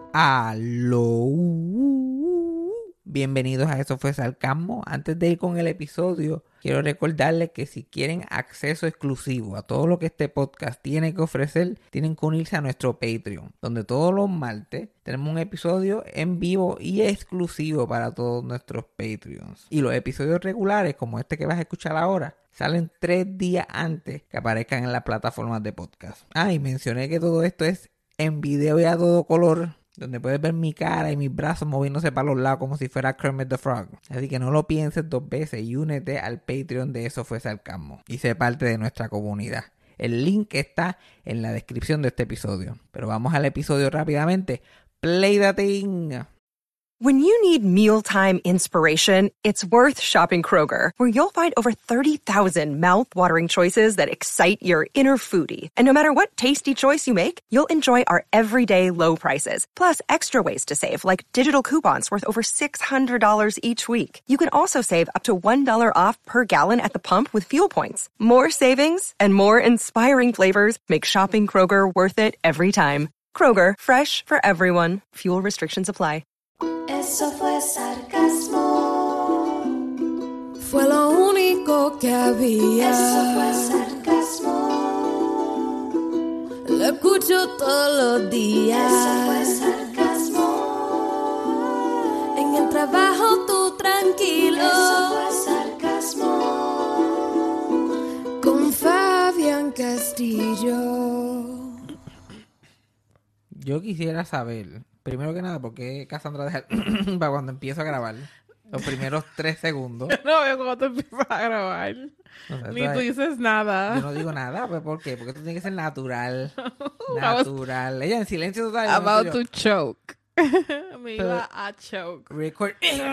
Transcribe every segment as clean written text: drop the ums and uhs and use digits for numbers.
Aló. Bienvenidos a Eso fue Sarcasmo. Antes de ir con el episodio, quiero recordarles que si quieren acceso exclusivo a todo lo que este podcast tiene que ofrecer, tienen que unirse a nuestro Patreon, donde todos los martes tenemos un episodio en vivo y exclusivo para todos nuestros Patreons. Y los episodios regulares, como este que vas a escuchar ahora, salen 3 días antes que aparezcan en las plataformas de podcast. Y mencioné que todo esto es en video y a todo color, donde puedes ver mi cara y mis brazos moviéndose para los lados como si fuera Kermit the Frog. Así que no lo pienses 2 veces y únete al Patreon de Eso fue Sarcasmo y sé parte de nuestra comunidad. El link está en la descripción de este episodio. Pero vamos al episodio rápidamente. Play the thing. When you need mealtime inspiration, it's worth shopping Kroger, where you'll find over 30,000 mouth-watering choices that excite your inner foodie. And no matter what tasty choice you make, you'll enjoy our everyday low prices, plus extra ways to save, like digital coupons worth over $600 each week. You can also save up to $1 off per gallon at the pump with fuel points. More savings and more inspiring flavors make shopping Kroger worth it every time. Kroger, fresh for everyone. Fuel restrictions apply. Eso fue sarcasmo. Fue lo único que había. Eso fue sarcasmo. Lo escucho todos los días. Eso fue sarcasmo. En el trabajo tú tranquilo. Eso fue sarcasmo. Con Fabián Castillo. Yo quisiera saber, primero que nada, por qué Cassandra deja para cuando empiezo a grabar los primeros 3 segundos. No veo cómo te empiezas a grabar. No sé, Ni tú dices nada. Yo no digo nada, pues ¿por qué? Porque esto tiene que ser natural. Natural. Ella en silencio total. About to choke. Me Pero- iba a choke. Record.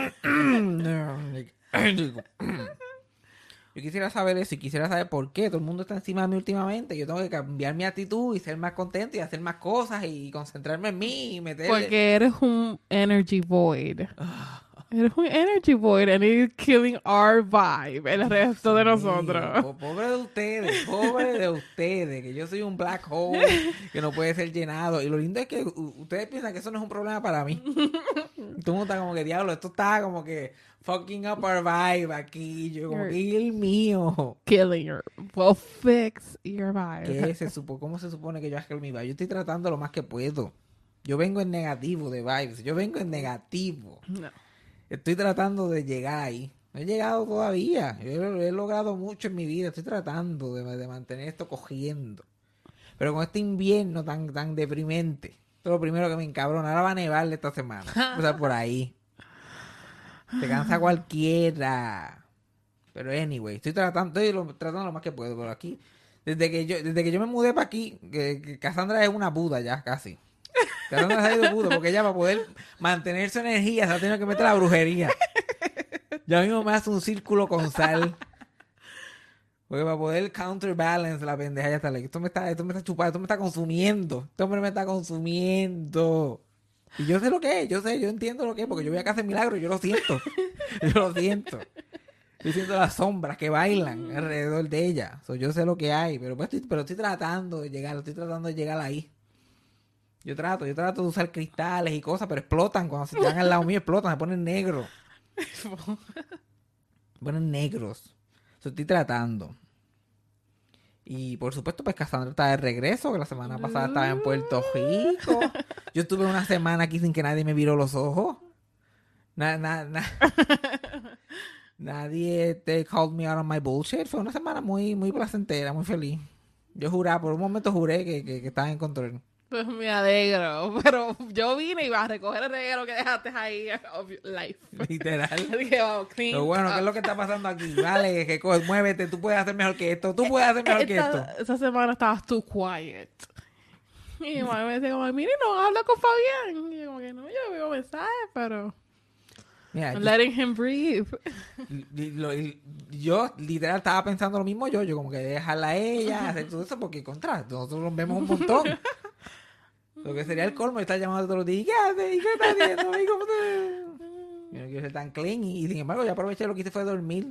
Yo quisiera saber eso y quisiera saber por qué todo el mundo está encima de mí últimamente. Yo tengo que cambiar mi actitud y ser más contento y hacer más cosas y concentrarme en mí y meterle. Porque eres un energy void. Eres un energy void and it's killing our vibe. El resto de nosotros. Pobre de ustedes, que yo soy un black hole que no puede ser llenado. Y lo lindo es que ustedes piensan que eso no es un problema para mí. Todo el mundo está como que, diablo, esto está como que fucking up our vibe aquí. Yo como que, el mío. Killing your... Well, fix your vibe. ¿Cómo se supone que yo haga mi vibe? Yo estoy tratando lo más que puedo. Yo vengo en negativo de vibes. Yo vengo en negativo. No. Estoy tratando de llegar ahí. No he llegado todavía. Yo he logrado mucho en mi vida. Estoy tratando de mantener esto cogiendo. Pero con este invierno tan deprimente. Esto es lo primero que me encabrona. Ahora va a nevar esta semana. O sea, por ahí. Se cansa cualquiera. Pero anyway, estoy tratando lo más que puedo. Pero aquí, desde que yo me mudé para aquí, que Cassandra es una Buda ya, casi. Cassandra se ha ido puto porque ella para poder mantener su energía se ha tenido que meter a la brujería. Ya mismo me hace un círculo con sal. Porque para poder counterbalance la pendeja ya está like, esto me está chupando, esto me está consumiendo. Este hombre me está consumiendo. Y yo sé lo que es, yo entiendo lo que es, porque yo voy a casa de milagro y yo lo siento. Yo lo siento. Estoy siento las sombras que bailan alrededor de ella. Yo sé lo que hay, pero estoy tratando de llegar ahí. Yo trato de usar cristales y cosas, pero explotan cuando se llegan al lado mío, explotan, se ponen negros. Se ponen negros. Estoy tratando. Y por supuesto, pues Cassandra está de regreso, que la semana pasada estaba en Puerto Rico. Yo estuve una semana aquí sin que nadie me viró los ojos. Nadie te called me out on my bullshit. Fue una semana muy, muy placentera, muy feliz. Yo por un momento juré que estaba en control. Pues me alegro. Pero yo vine y iba a recoger el regalo que dejaste ahí of your life. Literal. Así que vamos, clean Pero bueno, ¿qué es lo que está pasando aquí? Vale, que muévete, tú puedes hacer mejor que esto. Tú puedes hacer mejor que esto. Esa semana estabas too quiet. Y mi mamá me decía como, mire, no habla con Fabián. Y yo como que no, yo veo mensajes, pero... Mira, I'm letting him breathe. yo literal estaba pensando lo mismo yo como que dejarla a ella, hacer todo eso, porque nosotros nos vemos un montón. Lo que sería el colmo de estar llamando todos los días. ¿Y qué haces? ¿Y qué estás haciendo? ¿Y cómo te...? Yo no quiero ser tan clean y sin embargo ya aproveché, lo que hice fue dormir.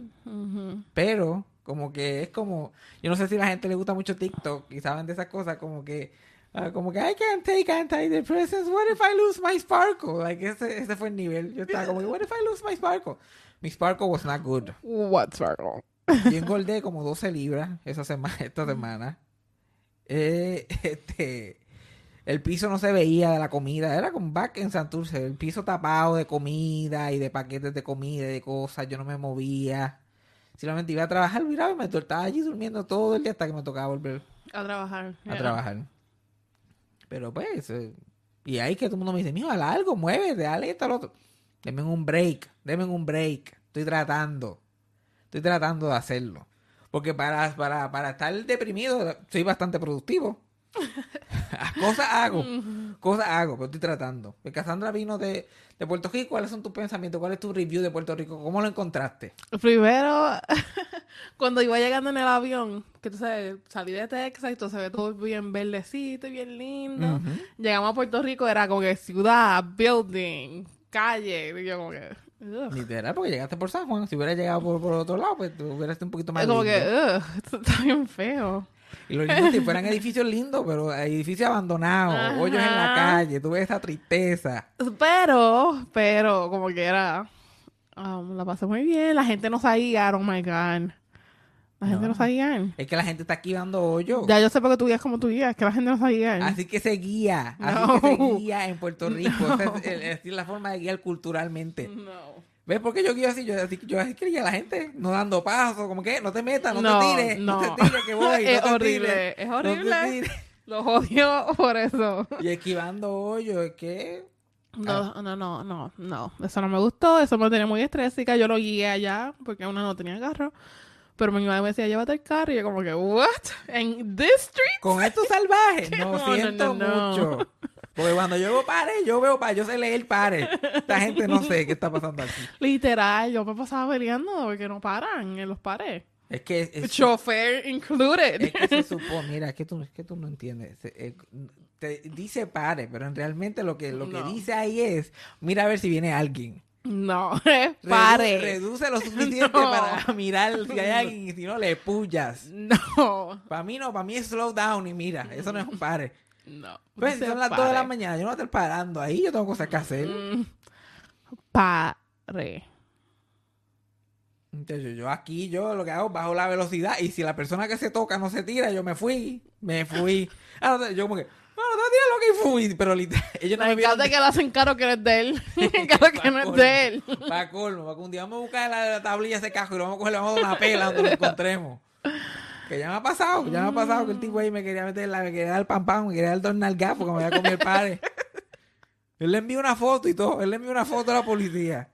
Pero como que es como, yo no sé si a la gente le gusta mucho TikTok y saben de esas cosas, como que Como que I can't take antidepressants. What if I lose my sparkle? Like, ese fue el nivel. Yo estaba como que, what if I lose my sparkle? Mi sparkle was not good. What sparkle? Yo engordé como 12 libras esta semana. El piso no se veía de la comida. Era como back en Santurce. El piso tapado de comida y de paquetes de comida y de cosas. Yo no me movía. Simplemente iba a trabajar, miraba y me estaba allí durmiendo todo el día hasta que me tocaba volver A trabajar. a trabajar. Pero pues, y ahí que todo el mundo me dice, mijo, haz algo, muévete, dale esto, lo otro. Denme un break. Estoy tratando de hacerlo. Porque para estar deprimido, soy bastante productivo. Cosas hago, pero estoy tratando. Porque Cassandra vino de Puerto Rico. ¿Cuáles son tus pensamientos? ¿Cuál es tu review de Puerto Rico? ¿Cómo lo encontraste? Primero, cuando iba llegando en el avión, que tú sabes, salí de Texas y todo se ve todo bien verdecito y bien lindo. Llegamos a Puerto Rico, era como que ciudad, building, calle. Y yo como que... ugh. Literal, porque llegaste por San Juan. Si hubieras llegado por otro lado, pues hubieras estado un poquito más Es como lindo. que, esto está bien feo. Y lo lindo es que fueran edificios lindos, pero edificios abandonados, Ajá. hoyos en la calle, tú ves esa tristeza. Pero, como que era... la pasé muy bien. La gente no sabía, oh my God. La gente no sabía. Es que la gente está aquí dando hoyos. Ya yo sé por qué tú guías como tú guías, que la gente no sabía. Así que se guía. No. Así que se guía en Puerto Rico. Esa es la forma de guiar culturalmente. No. ¿Ves por qué yo guío así? Yo así que guía a la gente, no dando pasos, como que no te metas, no te tires, no te tires que voy. Es no te horrible, tires, es no te horrible. tires. Los odio por eso. Y esquivando hoyos, es que... No. Eso no me gustó, eso me tenía muy estrésica. Yo lo guié allá porque una no tenía carro. Pero mi mamá me decía, llévate el carro. Y yo como que, ¿what? ¿En this street? Con estos salvajes, no, No, siento no. mucho. Porque cuando yo veo pares, yo sé leer pares. Esta gente no sé qué está pasando aquí. Literal, yo me pasaba peleando porque no paran en los pares. Es que... Chauffeur included. Es que se supone, mira, es que tú no entiendes. Te dice pare, pero realmente lo que No. dice ahí es, mira a ver si viene alguien. No, es pare. Reduce lo suficiente No. para mirar si hay alguien y si no le pullas. No. Para mí no, para mí es slow down y mira, eso no es un pare. No. Pues si Dice son las 2 de la pare. mañana, yo no voy a estar parando ahí, yo tengo cosas que hacer. Pare. Entonces yo aquí, yo lo que hago, bajo la velocidad y si la persona que se toca no se tira, yo me fui. Ahora, yo como que, no te tiras lo que fui, pero literal, ellos no Me me vieron. encanta que le hacen caro que no es de él. Claro que no es de él. Para colmo, para que un día vamos a buscar la tablilla de ese cajo y lo vamos a coger, le vamos a dar una pela donde lo encontremos. Que ya me ha pasado que el tipo ahí me quería me quería dar pam pam, me quería dar dos nalgas porque me había comido el padre. Él le envió una foto y todo, él le envió una foto a la policía.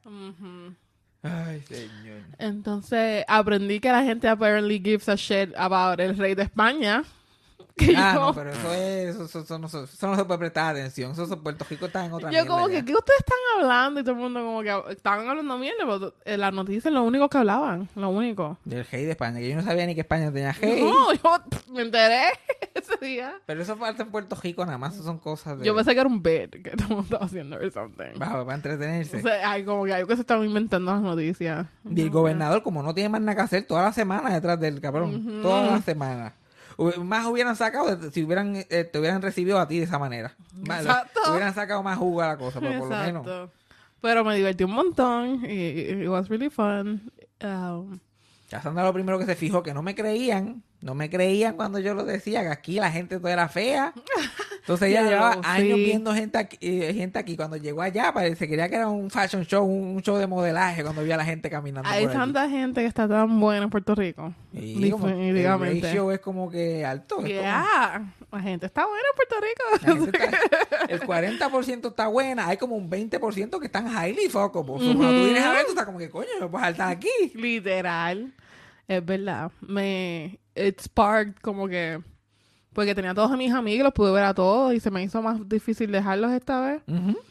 Ay, señor. Entonces aprendí que la gente apparently gives a shit about el rey de España. Que No, pero eso no se puede prestar atención. Puerto Rico está en otra yo mierda como ya. que, ¿qué ustedes están hablando? Y todo el mundo como que estaban hablando mierda, pero en las noticias es lo único que hablaban, lo único. Del hate de España, que yo no sabía ni que España tenía hate. No, yo me enteré ese día. Pero eso falta en Puerto Rico nada más, eso son cosas de... Yo pensé que era un bit que todo el mundo estaba haciendo or something. para entretenerse. O sea, hay como que algo que se estaban inventando las noticias. Y el gobernador, como no tiene más nada que hacer, toda la semana detrás del cabrón. Toda la semana. Más hubieran sacado si te hubieran recibido a ti de esa manera. Más, Exacto. hubieran sacado más jugo a la cosa, pero por lo menos. Exacto. Pero me divertí un montón y it was really fun. Cassandra lo primero que se fijó, que no me creían cuando yo lo decía, que aquí la gente toda era fea. Entonces ella Ya llevaba lo años sí. viendo gente aquí. Cuando llegó allá, se creía que era un fashion show, un show de modelaje, cuando vio a la gente caminando Hay por allí. tanta gente que está tan buena en Puerto Rico. Y como el Definitivamente. ratio es como que alto. es como- Yeah. La gente está buena en Puerto la Rico. gente está- el 40% está buena, hay como un 20% que están highly fuckable. So, cuando tú vienes a ver, tú estás como que, coño, me puedes saltar aquí. Literal. Es verdad. It sparked como que... Porque tenía a todos mis amigos, los pude ver a todos y se me hizo más difícil dejarlos esta vez.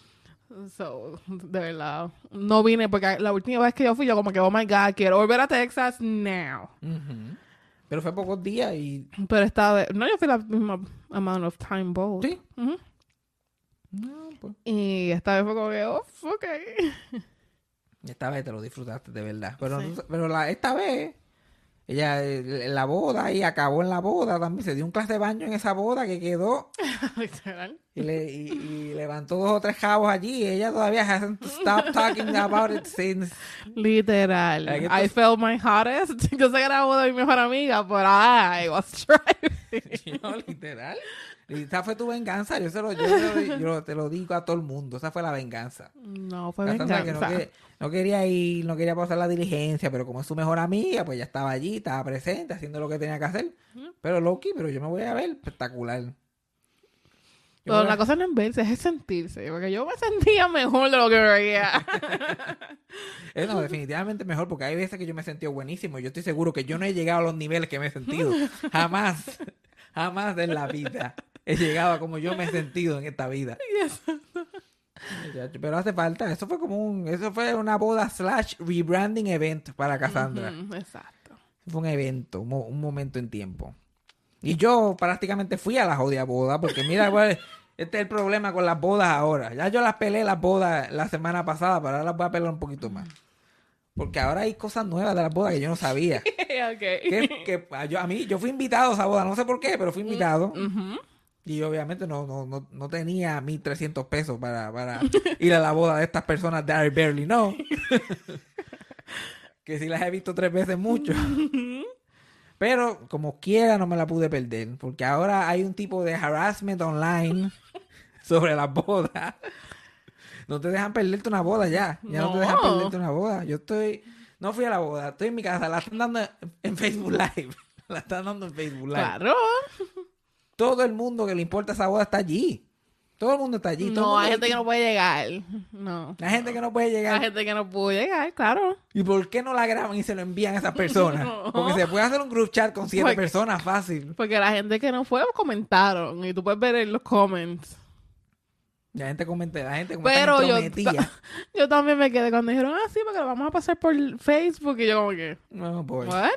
So, de verdad. No vine porque la última vez que yo fui, yo como que, oh my God, quiero volver a Texas now. Pero fue pocos días y... Pero esta vez... No, yo fui la misma amount of time both. Sí. Ujú. No, pues. Y esta vez fue como que, oh, ok. Esta vez te lo disfrutaste de verdad. Pero, Sí. esta vez Ella, la boda, y acabó en la boda también. Se dio un clase de baño en esa boda que quedó. Literal. Y levantó 2 o 3 cabos allí. Y ella todavía hasn't stopped talking about it since. Literal. Like, I felt my hottest. Yo sé que era la boda de mi mejor amiga, but I was driving. No, literal. Y esa fue tu venganza. Yo te lo digo a todo el mundo. Esa fue la venganza. No, fue Cassandra que venganza. no quería ir, no quería pasar la diligencia, pero como es su mejor amiga, pues ya estaba allí, estaba presente, haciendo lo que tenía que hacer. Pero Loki, pero yo me voy a ver espectacular. Yo Pero voy a- la cosa no es verse, es sentirse. Porque yo me sentía mejor de lo que me veía. No, definitivamente mejor, porque hay veces que yo me he sentido buenísimo. Yo estoy seguro que yo no he llegado a los niveles que me he sentido. Jamás, jamás en la vida he llegado a como yo me he sentido en esta vida. Pero hace falta. Eso fue una boda / rebranding event para Cassandra. Exacto. Fue un evento, un momento en tiempo. Y yo prácticamente fui a la jodida boda, porque mira, igual, este es el problema con las bodas ahora. Ya yo las pelé las bodas la semana pasada, pero ahora las voy a pelar un poquito más. Porque ahora hay cosas nuevas de las bodas que yo no sabía. Ok. Yo fui invitado a esa boda, no sé por qué, pero fui invitado. Y obviamente no tenía 1,300 pesos para ir a la boda de estas personas de I barely know. Que sí las he visto 3 veces mucho. Pero como quiera no me la pude perder. Porque ahora hay un tipo de harassment online sobre las bodas. No te dejan perderte una boda ya. Ya no te dejan No. perderte una boda. No fui a la boda, estoy en mi casa. La están dando en Facebook Live. La están dando en Facebook Live. Claro. Todo el mundo que le importa esa boda está allí. Todo el mundo está allí. Todo el No, mundo hay gente allí. que no puede llegar. No. La gente que no puede Hay llegar. gente que no puede llegar, claro. ¿Y por qué no la graban y se lo envían a esas personas? No. Porque se puede hacer un group chat con 7 Porque- personas fácil. Porque la gente que no fue comentaron. Y tú puedes ver en los comments. La gente comenta Pero yo, entrometida. yo también me quedé cuando dijeron, sí, porque lo vamos a pasar por Facebook. Y yo como que, No, pues. ¿what?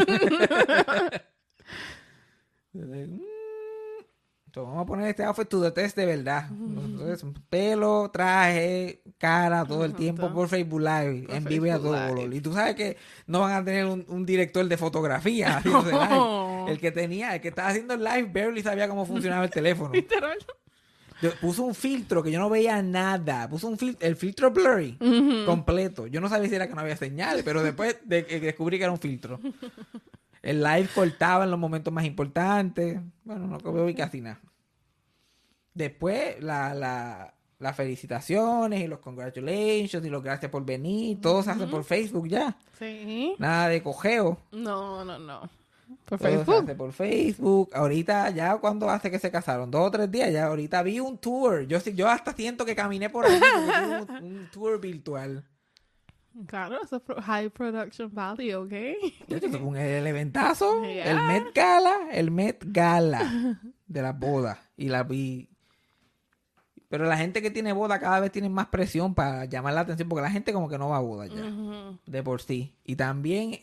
Entonces, vamos a poner este outfit to the test de verdad. Entonces, pelo, traje, cara, todo el tiempo por Facebook Live, Por en vivo y a Facebook todo Live. color. Y tú sabes que no van a tener un director de fotografía haciéndose live. El que estaba haciendo el live, barely sabía cómo funcionaba el teléfono. Literal. Puso un filtro que yo no veía nada. Puso el filtro blurry completo. Yo no sabía si era que no había señales, pero después descubrí que era un filtro. El live cortaba en los momentos más importantes. Bueno, no vi casi nada. Después, las felicitaciones y los congratulations y los gracias por venir. Todo se hace por Facebook ya. Sí. Nada de cojeo. No. Por Todo se Facebook. hace por Facebook. Ahorita, ya cuando hace que se casaron, 2 o 3 días, ya ahorita vi un tour. Yo hasta siento que caminé por ahí porque vi un tour virtual. Claro, eso es high production value, ¿ok? De hecho, fue el eventazo, Yeah. el Met Gala de las bodas. Y la vi. Pero la gente que tiene boda cada vez tiene más presión para llamar la atención, porque la gente como que no va a boda ya, de por sí. Y también,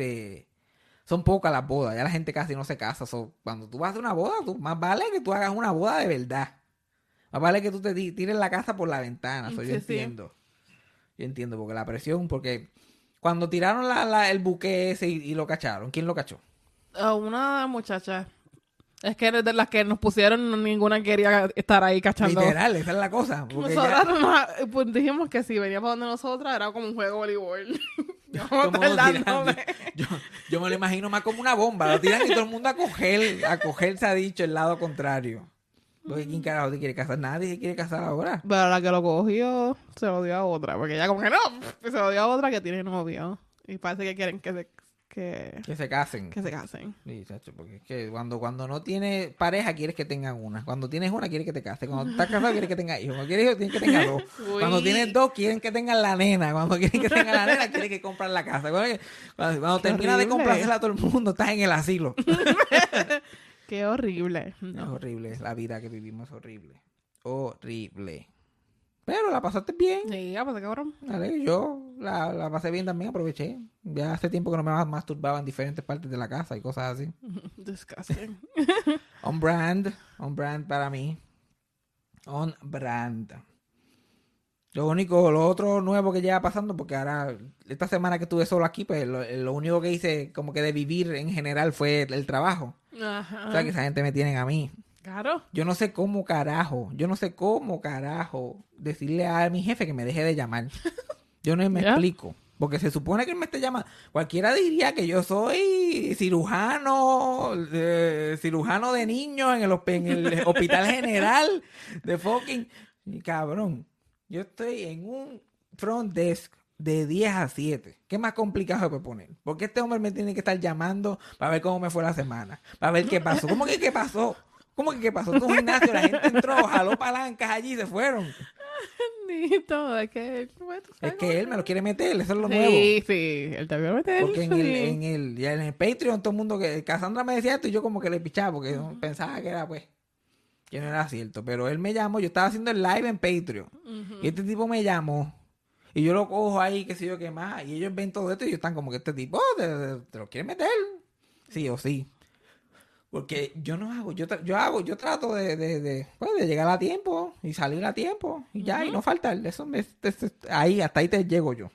son pocas las bodas, ya la gente casi no se casa. Cuando tú vas a hacer una boda, más vale que tú hagas una boda de verdad. Más vale que tú te tires la casa por la ventana. Yo Sí, sí. entiendo. Yo entiendo, porque la presión, porque cuando tiraron el buque ese y lo cacharon, ¿quién lo cachó? Una muchacha. Es que de las que nos pusieron, ninguna quería estar ahí cachando. Literal, esa es la cosa. Porque Nosotras pues dijimos que si venía para donde nosotras era como un juego de voleibol. todo el mundo Tardándome. tirando. Yo me lo imagino más como una bomba. Lo tiran y todo el mundo a coger, se ha dicho, el lado contrario. Porque ¿quién carajo te quiere casar? Nadie se quiere casar ahora. Pero la que lo cogió se lo dio a otra. Porque ella como que no. Se lo dio a otra que tiene novio. Y parece que quieren que se casen. se casen. Sí, chacho, porque es que cuando no tienes pareja quieres que tengan una. Cuando tienes una quieres que te cases. Cuando estás casado quieres que tengas hijos. Cuando quieres hijos tienes que tengas 2. Uy. Cuando tienes 2 quieren que tengan la nena. Cuando quieren que tengan la nena quieren que compran la casa. Cuando terminas de horrible. comprársela a todo el mundo estás en el asilo. Qué horrible. Es No. horrible. La vida que vivimos es horrible. Horrible. Pero la pasaste bien. Sí, ya, pues cabrón. Vale, yo la pasé bien también, aproveché. Ya hace tiempo que no me masturbaba en diferentes partes de la casa y cosas así. Disgusting. On brand para mí. On brand. Lo otro nuevo que lleva pasando, porque ahora, esta semana que estuve solo aquí, pues lo único que hice como que de vivir en general fue el trabajo. Ajá. O sea, que esa gente me tienen a mí. Claro. Yo no sé cómo carajo decirle a mi jefe que me deje de llamar. Yo no me Ya. explico. Porque se supone que él me esté llamando. Cualquiera diría que yo soy cirujano de niños en el Hospital General de fucking... Y cabrón, yo estoy en un front desk de 10 a 7. ¿Qué más complicado se puede poner? Porque este hombre me tiene que estar llamando para ver cómo me fue la semana. Para ver qué pasó. ¿Cómo que qué pasó? ¿Cómo que qué pasó? Tu gimnasio, la gente entró, jaló palancas allí y se fueron. Bendito, es que... bueno, tú Es sabes que cómo él me lo quiere meter, eso es lo es. nuevo. Sí, él te va a meter. Porque sí. ya en el Patreon todo el mundo que Cassandra me decía esto y yo como que le pichaba porque yo pensaba que era pues que no era cierto. Pero él me llamó, yo estaba haciendo el live en Patreon y este tipo me llamó y yo lo cojo ahí, qué sé yo qué más, y ellos ven todo esto y ellos están como que este tipo te lo quiere meter, sí o sí. Porque yo no hago, yo trato pues, de llegar a tiempo y salir a tiempo y ya, y no faltar. Ahí, hasta ahí te llego yo.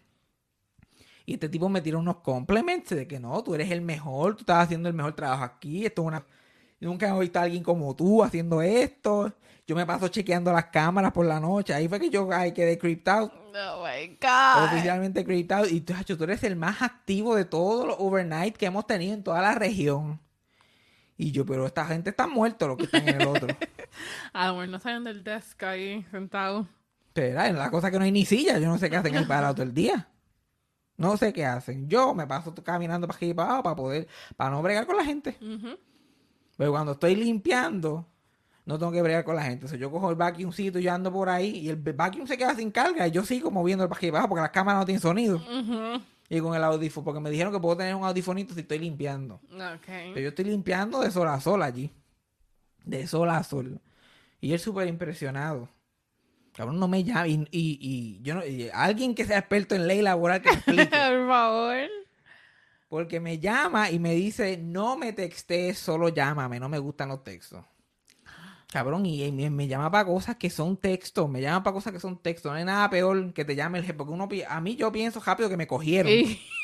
Y este tipo me tira unos compliments de que no, tú eres el mejor, tú estás haciendo el mejor trabajo aquí, esto es una... Nunca he visto a alguien como tú haciendo esto. Yo me paso chequeando las cámaras por la noche. Ahí fue que yo quedé creeped out. Oh my God. Oficialmente creeped out. Y tú eres el más activo de todos los overnight que hemos tenido en toda la región. Y yo, pero esta gente está muerta, los que están en el otro. A lo mejor no salen del desk ahí sentado. Pero es la cosa que no hay ni silla. Yo no sé qué hacen ahí parado todo el día. No sé qué hacen. Yo me paso caminando para aquí y para abajo para no bregar con la gente. Pero cuando estoy limpiando, no tengo que bregar con la gente. O sea, yo cojo el vacuumcito y yo ando por ahí y el vacuum se queda sin carga y yo sigo moviendo el para aquí y para abajo porque las cámaras no tienen sonido. Y con el audífono, porque me dijeron que puedo tener un audifonito si estoy limpiando. Okay. Pero yo estoy limpiando de sol a sol allí. De sol a sol. Y él súper impresionado. Cabrón, no me llama. Y yo no, alguien que sea experto en ley laboral que me explique. Por favor. Porque me llama y me dice, no me textees, solo llámame. No me gustan los textos. Cabrón, y me llama para cosas que son textos. Me llama para cosas que son textos. No hay nada peor que te llame el jefe. Porque a mí yo pienso rápido que me cogieron.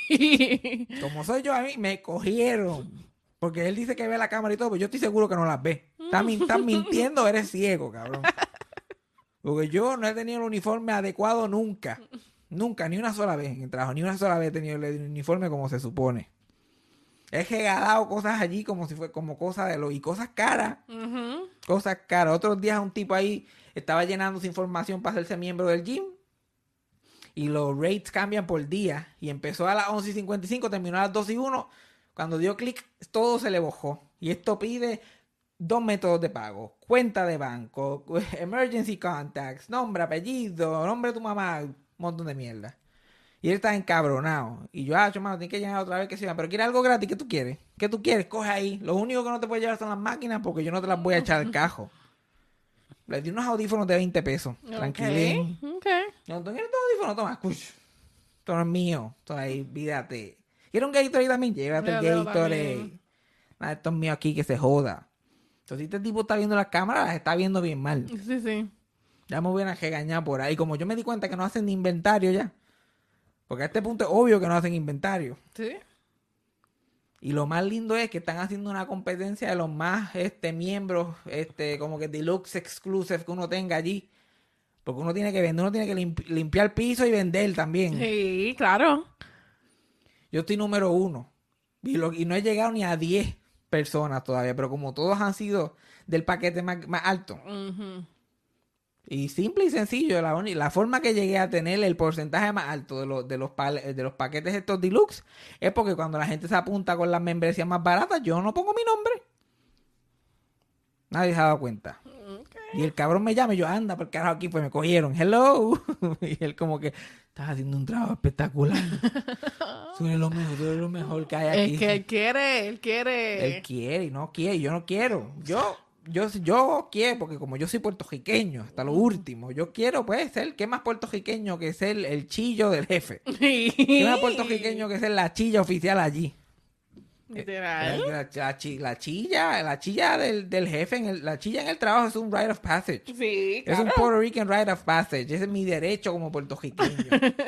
Como soy yo, a mí me cogieron. Porque él dice que ve la cámara y todo, pero yo estoy seguro que no las ve. Estás mintiendo, eres ciego, cabrón. Porque yo no he tenido el uniforme adecuado nunca. Nunca, ni una sola vez en el trabajo. Ni una sola vez he tenido el uniforme como se supone. He regalado cosas allí como si fue como cosas de lo... Y cosas caras. Cosas caras. Otros días un tipo ahí estaba llenando su información para hacerse miembro del gym. Y los rates cambian por día. Y empezó a las 11:55, terminó a las 2:01. Cuando dio clic, todo se le bajó. Y esto pide 2 métodos de pago. Cuenta de banco, emergency contacts, nombre, apellido, nombre de tu mamá, un montón de mierda. Y él está encabronado. Y yo, mano, tienes que llenar otra vez que sea. Pero quiere algo gratis, ¿qué tú quieres? ¿Qué tú quieres? Coge ahí. Lo único que no te puedes llevar son las máquinas porque yo no te las voy a echar al cajo. Le di unos audífonos de 20 pesos. Tranquilín. Okay. No, ¿tú quieres tu audífono? Toma, escucha. Esto no es mío. Esto ahí, vídate. ¿Quieres un Gatorade también? Llévate el Llévatelo Gatorade. también. Nada, esto es mío aquí, que se joda. Entonces, si este tipo está viendo las cámaras, las está viendo bien mal. Sí, sí. Ya me hubieran regañado por ahí. Como yo me di cuenta que no hacen ni inventario ya. Porque a este punto es obvio que no hacen inventario. Sí. Y lo más lindo es que están haciendo una competencia de los más miembros, como que deluxe exclusive que uno tenga allí. Porque uno tiene que vender, uno tiene que limpiar el piso y vender también. Sí, claro. Yo estoy número 1. Y no he llegado ni a 10 personas todavía. Pero como todos han sido del paquete más alto. Y simple y sencillo, la forma que llegué a tener el porcentaje más alto de los paquetes estos deluxe es porque cuando la gente se apunta con las membresías más baratas, yo no pongo mi nombre. Nadie se ha dado cuenta. Y el cabrón me llama y yo, anda, por carajo aquí, pues me cogieron. Hello. Y él como que, estás haciendo un trabajo espectacular. Tú eres lo mejor que hay aquí. Es que él quiere. Él quiere y no quiere, yo no quiero. Yo quiero, porque como yo soy puertorriqueño, hasta lo último, yo quiero, pues, ser, ¿qué más puertorriqueño que ser el chillo del jefe? ¿Qué más puertorriqueño que ser la chilla oficial allí? Literal. La chilla del jefe, la chilla en el trabajo es un rite of passage. Sí, Es un claro. Puerto Rican rite of passage. Ese es mi derecho como puertorriqueño.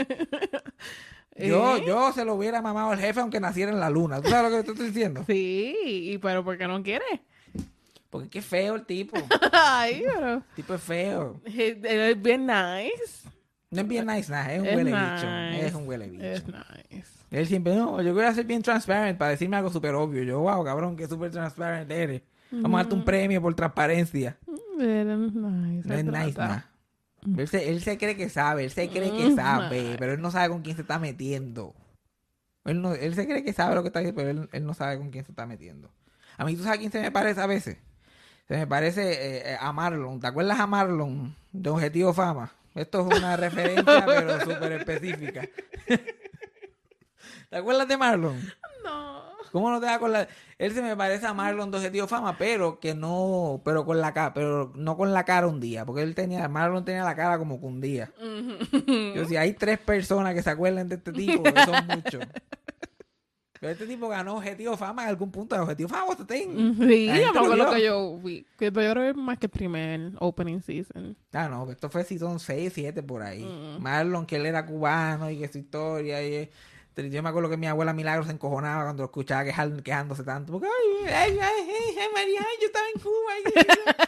Yo se lo hubiera mamado al jefe aunque naciera en la luna. ¿Tú sabes lo que te estoy diciendo? Sí, pero ¿por qué no quiere? Porque qué feo el tipo. El Ay, pero tipo es feo. él es bien nice. No es bien nice nada, es un Es huele nice. bicho. Es un huele bicho. Es nice. Él siempre, no, yo voy a ser bien transparent para decirme algo súper obvio. Yo, wow, cabrón, que súper transparent eres. Vamos a darte un premio por transparencia. Pero es nice. No es se nice trata. nada. Él se cree que sabe, pero él no sabe con quién se está metiendo. Él se cree que sabe lo que está diciendo, pero él no sabe con quién se está metiendo. A mí, ¿tú sabes quién se me parece a veces? Se me parece a Marlon. ¿Te acuerdas a Marlon de Objetivo Fama? Esto es una referencia, pero súper específica. ¿Te acuerdas de Marlon? No. ¿Cómo no te vas a acordar? Él se me parece a Marlon de Objetivo Fama, pero no con la cara un día, porque Marlon tenía la cara como que un día. Yo, si hay 3 personas que se acuerdan de este tipo, son muchos. Pero este tipo ganó Objetivo Fama en algún punto de Objetivo Fama. Sí, La gente yo me lo acuerdo vio. que yo vi. Que yo creo que es más que el primer opening season. Ah, no, esto fue season 6, 7 por ahí. Marlon, que él era cubano y que su historia. Yo me acuerdo que mi abuela Milagro se encojonaba cuando lo escuchaba quejándose tanto. Porque, ay, María, yo estaba en Cuba.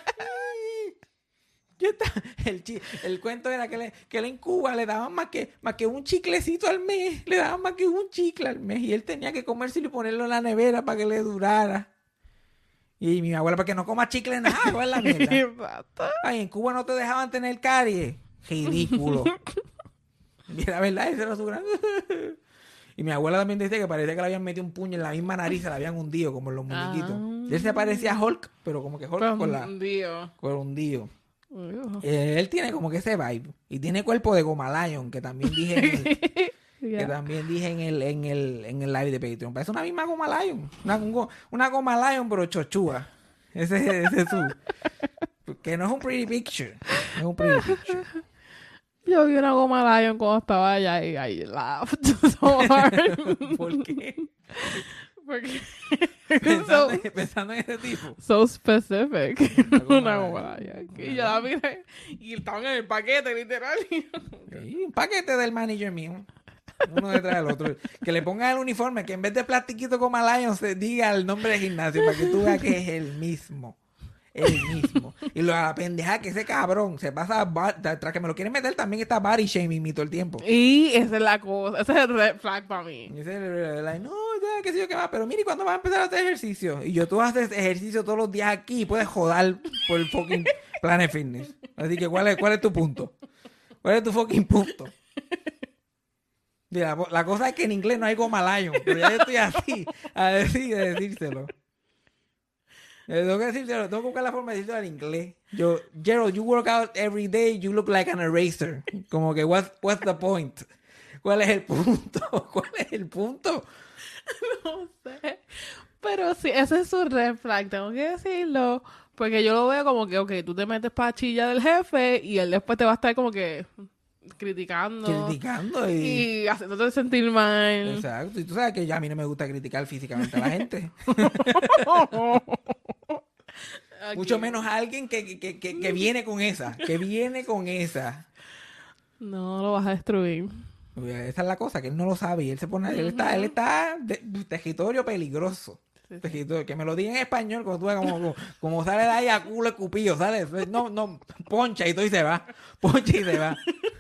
El cuento era que él en Cuba le daban más que un chiclecito al mes. Le daban más que un chicle al mes. Y él tenía que comérselo y ponerlo en la nevera para que le durara. Y mi abuela, para que no coma chicle nada, ¿cuál es la mierda? Exacto. Ay, en Cuba no te dejaban tener caries. Ridículo. Y la verdad, ese era su gran... Y mi abuela también decía que parecía que le habían metido un puño en la misma nariz, se la habían hundido, como en los muñequitos. Él se parecía a Hulk, pero como que Hulk con hundido. Él tiene como que ese vibe. Y tiene cuerpo de Goma Lion, que también dije en el live de Patreon. Parece una misma Goma Lion. Una Goma Lion, pero chochúa. Ese es su... Que no es un pretty picture. Es un pretty picture. Yo vi una Goma Lion cuando estaba allá y I laughed so hard. ¿Por qué? Porque Pensando en ese tipo. so specific. Goma Una Lion. Goma Lion. Y yo la miré y estaban en el paquete, literal. Y un paquete del manager mío. Uno detrás del otro. Que le pongan el uniforme, que en vez de plastiquito como Lion se diga el nombre de gimnasio para que tú veas que es el mismo. El mismo. Y la pendeja que ese cabrón se pasa tras que me lo quieren meter, también está body shaming me todo el tiempo. Y esa es la cosa. Ese es el red flag para mí. Y dice, no, ya, qué sé yo qué más, pero mire, ¿cuándo vas a empezar a hacer ejercicio? Y tú haces ejercicio todos los días aquí y puedes joder por el fucking Planet Fitness. Así que, ¿cuál es tu punto? ¿Cuál es tu fucking punto? Mira, la cosa es que en inglés no hay Goma Lion, pero ya yo estoy así, a decírselo. Tengo que decírselo, tengo que buscar la forma de decírselo en inglés. Gerald, you work out every day, you look like an eraser. Como que, what's the point? ¿Cuál es el punto? ¿Cuál es el punto? No sé. Pero sí, ese es su red flag, tengo que decirlo. Porque yo lo veo como que, ok, tú te metes para chilla del jefe y él después te va a estar como que criticando y haciéndote sentir mal. Exacto. Y tú sabes que ya a mí no me gusta criticar físicamente a la gente. Aquí. Mucho menos a alguien que viene con esa. Que viene con esa. No lo vas a destruir. Esa es la cosa, que él no lo sabe. Y él se pone... Él está de territorio peligroso. Sí, sí. Territorio, que me lo diga en español, cuando tú veas como sale de ahí a culo escupido, ¿sale? No, poncha y todo y se va. Poncha y se va.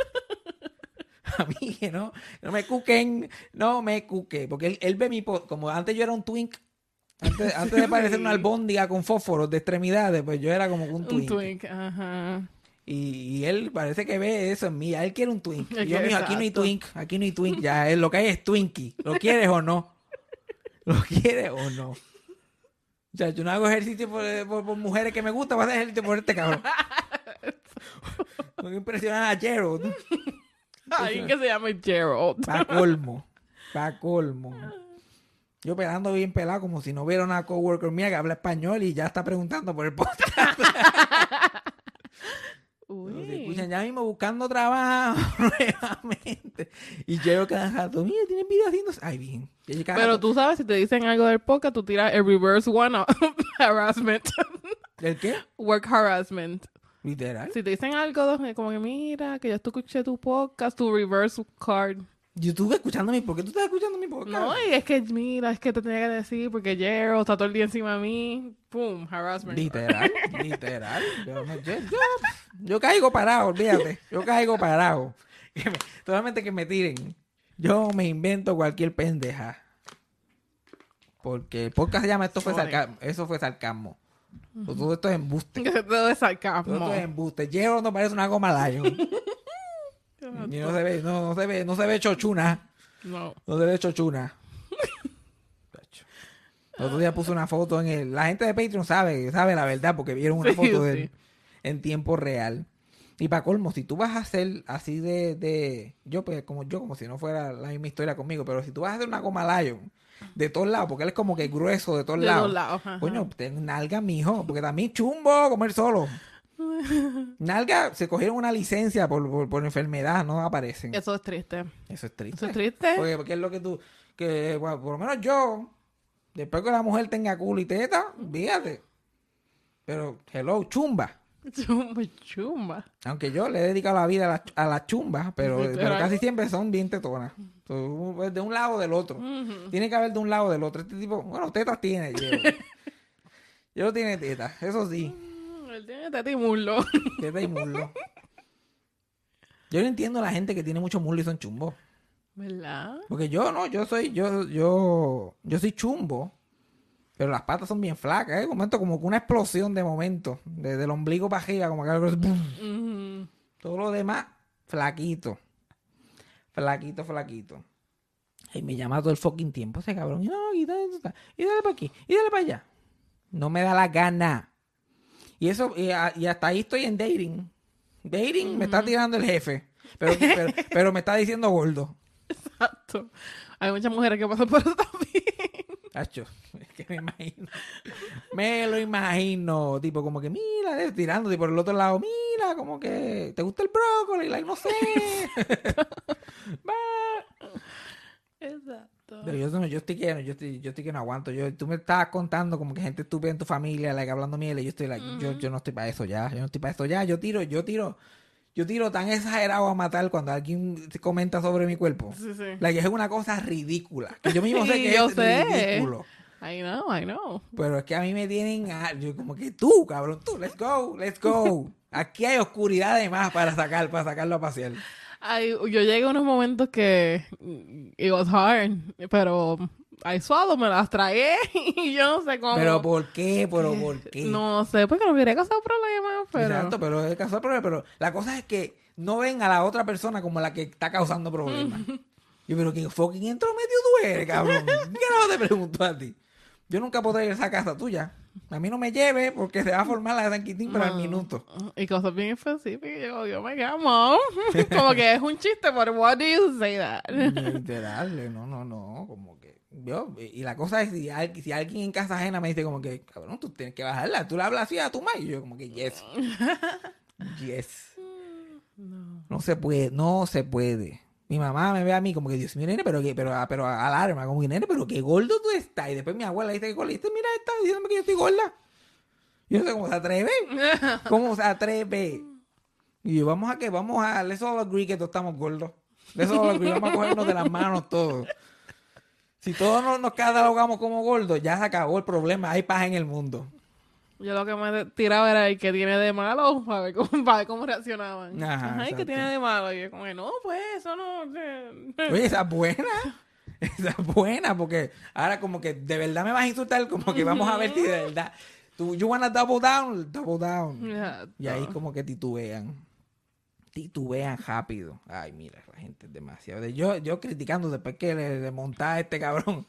A mí que no me cuquen, no me cuque. Porque él ve mi... Como antes yo era un twink. Antes de parecer una albóndiga con fósforos de extremidades, pues yo era como un twink. Un twink, ajá. Y él parece que ve eso en mí. Él quiere un twink. Es Y yo, que mío, aquí no hay exacto. twink. Aquí no hay twink. Ya, lo que hay es twinkie. ¿Lo quieres o no? ¿Lo quieres o no? O sea, yo no hago ejercicio por mujeres que me gustan. Voy a hacer ejercicio por este cabrón. Voy a impresionar a Gerald. Alguien que se llama Gerald. Pa' colmo. Pa' colmo. Yo pelando bien pelado, como si no hubiera una coworker mía que habla español y ya está preguntando por el podcast. Nos Uy. escuchan ya mismo buscando trabajo nuevamente. Y yo cada rato, mira, tienen video haciendo... Ay, bien. Y yo cada Pero rato, tú sabes, si te dicen algo del podcast, tú tiras el reverse one harassment. ¿el qué? Work harassment. Literal. Si te dicen algo como que mira, que yo escuché tu podcast, tu reverse card. Yo estuve escuchando ¿por qué tú estás escuchando mi podcast? No, y es que mira, es que te tenía que decir porque Jero está todo el día encima de mí. Pum, harassment. Literal. Yo caigo parado, olvídate. Yo caigo parado. Totalmente que me tiren. Yo me invento cualquier pendeja. Porque el podcast se llama Esto fue sarcasmo. Eso fue sarcasmo. Todo esto es embuste. Todo es Todo sarcasmo. esto es embuste. Jero no parece una goma Lion. Y no se ve chochuna. No. No se ve chochuna. Tacho. El otro día puse una foto la gente de Patreon sabe la verdad porque vieron una Sí, foto de sí. él en tiempo real. Y para colmo, si tú vas a hacer así yo como si no fuera la misma historia conmigo, pero si tú vas a hacer una goma Lion de todos lados, porque él es como que grueso de todos De lados. dos lados. Ajá. Coño, ten nalga, mijo, porque también chumbo comer solo. Nalga, se cogieron una licencia por enfermedad, no aparecen. Eso es triste. Eso es triste. Eso es triste. Porque es lo que bueno, por lo menos yo, después que la mujer tenga culo y teta, fíjate. Pero, hello, chumba. Chumba, chumba. Aunque yo le he dedicado la vida a las chumbas, pero Literal. casi siempre son bien tetonas. De un lado o del otro. Tiene que haber de un lado o del otro. Este tipo, bueno, tetas tiene. Yo tiene tetas, eso sí. Él tiene teta y muslo. Teta y muslo. Yo no entiendo a la gente que tiene mucho muslo y son chumbos. ¿Verdad? Porque yo soy chumbo, pero las patas son bien flacas, momento como que una explosión de momento, desde el ombligo para arriba, como que algo así, ¡pum! Ujú. Todo lo demás, flaquito. Flaquito. Y me llama todo el fucking tiempo ese cabrón. No, y dale para aquí, y dale para allá. No me da la gana. Y eso, y hasta ahí estoy en dating. Dating me está tirando el jefe. Pero me está diciendo gordo. Exacto. Hay muchas mujeres que pasan por eso también. Tacho, es que me lo imagino, tipo como que mira, tirando por el otro lado, mira, como que te gusta el brócoli, like, no sé. Exacto. Pero yo estoy que no aguanto. Tú me estabas contando como que gente estúpida en tu familia, like, hablando miel, y yo estoy like, yo no estoy para eso ya, yo tiro tan exagerado a matar cuando alguien comenta sobre mi cuerpo. Sí, sí. Like, es una cosa ridícula. Que yo mismo sé Sí, que yo es sé. ridículo. I know. Pero es que a mí me tienen... yo como que tú, cabrón, tú, let's go. Aquí hay oscuridad de más para sacarlo a pasear. Ay, yo llegué a unos momentos que it was hard, pero I swallowed, me las tragué y yo no sé cómo. ¿Pero por qué? ¿Por qué? No sé, porque no hubiera causado problemas, pero... Exacto, pero es causar problemas. Pero la cosa es que no ven a la otra persona como la que está causando problemas. Yo, pero ¿qué fucking entrometido tú eres, cabrón? ¿Qué no te pregunto a ti? Yo nunca podré ir a esa casa tuya. A mí no me lleve porque se va a formar la de San Quintín para el minuto. Y cosas bien específicas. Yo me llamo. Como que es un chiste, pero what do you say that? Literal, no, como que y la cosa es si alguien en casa ajena me dice como que, cabrón, tú tienes que bajarla, tú le hablas así a tu madre, y yo como que yes. No se puede. Mi mamá me ve a mí como que, Dios mío, nene, pero alarma, como que, nene, pero qué gordo tú estás. Y después mi abuela dice que gordo, mira, está diciéndome que yo estoy gorda. Yo no sé cómo se atreve. Y yo, vamos a let's all agree que todos estamos gordos. Let's all agree, vamos a cogernos de las manos todos. Si todos nos catalogamos como gordos, ya se acabó el problema, hay paz en el mundo. Yo lo que me tiraba era el que tiene de malo, para ver cómo reaccionaban. Ajá, Ay, exacto. que tiene de malo. Y yo como, no, pues, eso no... Oye, esa es buena. Esa es buena, porque ahora como que de verdad me vas a insultar, como que vamos a ver si de verdad. You wanna double down. Exacto. Y ahí como que titubean rápido. Ay, mira, la gente es demasiado. Yo criticando después que le montaba a este cabrón.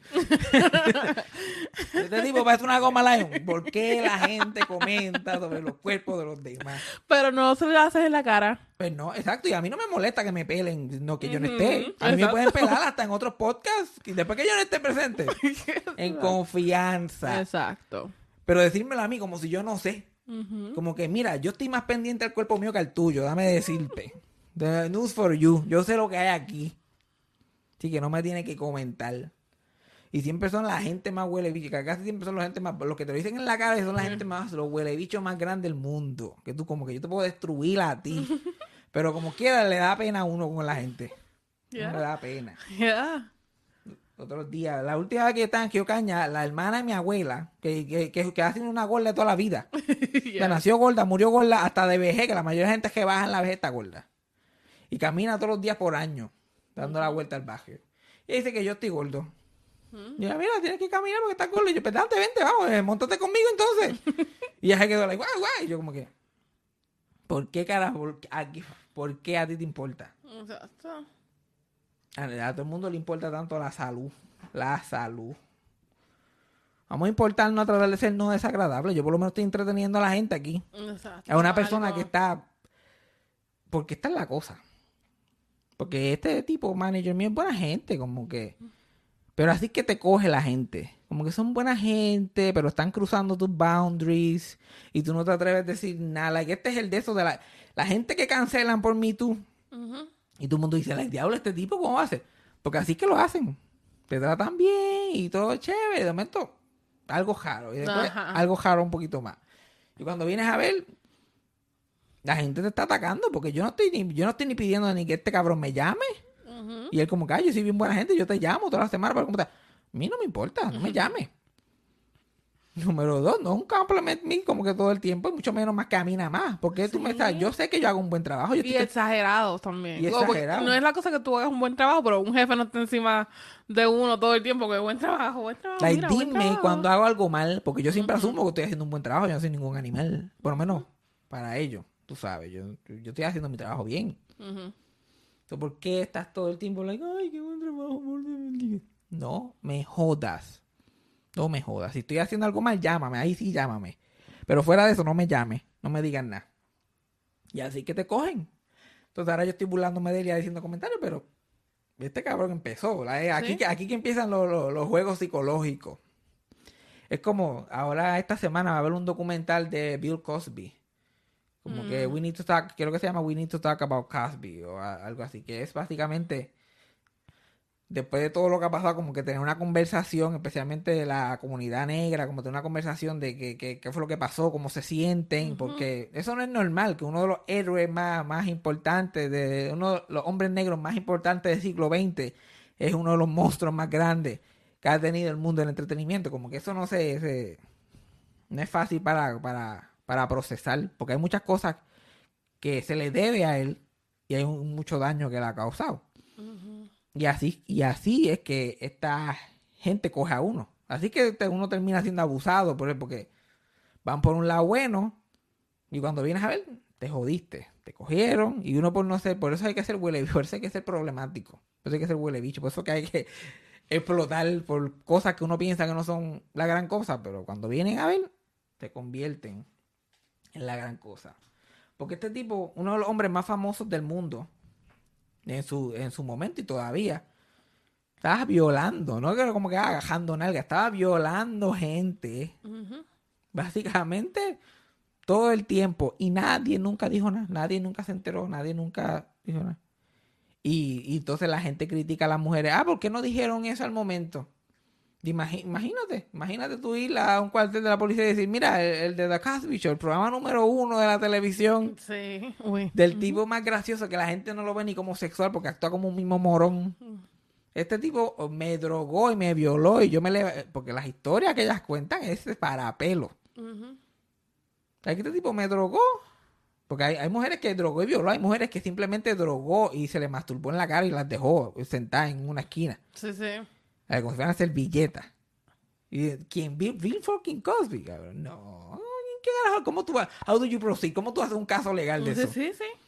Este tipo parece una goma Lion. ¿Por qué la gente comenta sobre los cuerpos de los demás? Pero no se le haces en la cara. Pues no, exacto. Y a mí no me molesta que me pelen, no que yo no esté. A mí me Exacto. pueden pelar hasta en otros podcasts y después que yo no esté presente. En confianza. Exacto. Pero decírmelo a mí como si yo no sé. Como que, mira, yo estoy más pendiente del cuerpo mío que al tuyo, dame decirte. The news for you. Yo sé lo que hay aquí. Así que no me tiene que comentar. Y siempre son la gente más huele bicho. Que casi siempre son la gente más... Los que te lo dicen en la cara son la gente más... Los huele bichos más grandes del mundo. Que tú como que yo te puedo destruir a ti. Pero como quiera le da pena a uno con la gente. Yeah. No le da pena. Yeah. Otros días, la última vez que estaba en Kiocaña, la hermana de mi abuela, que ha sido una gorda de toda la vida. Yeah. Nació gorda, murió gorda hasta de vejez, que la mayoría de gente que baja en la vejez está gorda. Y camina todos los días por año, dando la vuelta al barrio. Y dice que yo estoy gordo. Y ella, mira, tienes que caminar porque estás gordo. Y yo, pues date, vente, vamos, montate conmigo entonces. Y ella se quedó like, guay, guay. Y yo como que, ¿por qué carajo? ¿Por qué a ti te importa? Exacto. A todo el mundo le importa tanto la salud. La salud. Vamos a importarnos a tratar de ser no desagradable. Yo por lo menos estoy entreteniendo a la gente aquí. Exacto. A una persona Algo. que está... Porque esta es la cosa. Porque este tipo, manager mío, es buena gente, como que... Pero así que te coge la gente. Como que son buena gente, pero están cruzando tus boundaries. Y tú no te atreves a decir nada. Like, este es el de esos de la gente que cancelan por Me Too. Y todo el mundo dice, el diablo, este tipo, ¿cómo hace? Porque así que lo hacen. Te tratan bien y todo chévere. De momento, algo raro. Y después, algo raro un poquito más. Y cuando vienes a ver, la gente te está atacando. Porque yo no estoy ni pidiendo ni que este cabrón me llame. Y él como que, yo soy bien buena gente, yo te llamo todas las semanas para comentar. A mí no me importa, no me llame. Número 2, no es un compliment me como que todo el tiempo, y mucho menos más que a mí nada más. Porque tú me estás, yo sé que yo hago un buen trabajo. Y exagerados también. Y exagerado. No es la cosa que tú hagas un buen trabajo, pero un jefe no está encima de uno todo el tiempo. Que buen trabajo, buen trabajo. Like, mira, buen dime trabajo. cuando hago algo mal, porque yo siempre asumo que estoy haciendo un buen trabajo, yo no soy ningún animal. Por lo menos para ellos, tú sabes, yo estoy haciendo mi trabajo bien. Entonces, ¿por qué estás todo el tiempo like, ay, qué buen trabajo, amor? No me jodas. No me jodas. Si estoy haciendo algo mal, llámame. Ahí sí, llámame. Pero fuera de eso, no me llames. No me digan nada. Y así que te cogen. Entonces ahora yo estoy burlándome de él y diciendo comentarios, pero este cabrón empezó. Aquí que empiezan los juegos psicológicos. Es como, ahora esta semana va a haber un documental de Bill Cosby. Como que We Need to Talk, creo que se llama We Need to Talk About Cosby o algo así. Que es básicamente... Después de todo lo que ha pasado, como que tener una conversación, especialmente de la comunidad negra, como tener una conversación de qué fue lo que pasó, cómo se sienten, porque eso no es normal, que uno de los héroes más importantes, uno de los hombres negros más importantes del siglo XX, es uno de los monstruos más grandes que ha tenido el mundo del entretenimiento. Como que eso no no es fácil para procesar, porque hay muchas cosas que se le debe a él y hay mucho daño que le ha causado. Y así es que esta gente coge a uno. Así que uno termina siendo abusado por él, porque van por un lado bueno y cuando vienes a ver, te jodiste. Te cogieron y uno por no ser... Por eso hay que ser huele bicho, por eso hay que ser problemático. Por eso hay que ser huele bicho. Por eso que hay que explotar por cosas que uno piensa que no son la gran cosa, pero cuando vienen a ver, te convierten en la gran cosa. Porque este tipo, uno de los hombres más famosos del mundo... En su momento y todavía estaba violando, no era como que agajando nalga, estaba violando gente básicamente todo el tiempo y nadie nunca dijo nada, nadie nunca se enteró, nadie nunca dijo nada. Y entonces la gente critica a las mujeres, ¿por qué no dijeron eso al momento? Imagínate tú ir a un cuartel de la policía y decir, mira, el de The Cosby Show, el programa número 1 de la televisión, del tipo más gracioso que la gente no lo ve ni como sexual porque actúa como un mismo morón. Este tipo me drogó y me violó y yo porque las historias que ellas cuentan es para pelo. Este tipo me drogó. Porque hay mujeres que drogó y violó, hay mujeres que simplemente drogó y se le masturbó en la cara y las dejó sentadas en una esquina. Sí. Como si fueran a servilletas. ¿Y quién? Bill fucking Cosby, cabrón. No. ¿Qué carajo? ¿Cómo tú vas? How do you proceed? ¿Cómo tú haces un caso legal de eso? Sí.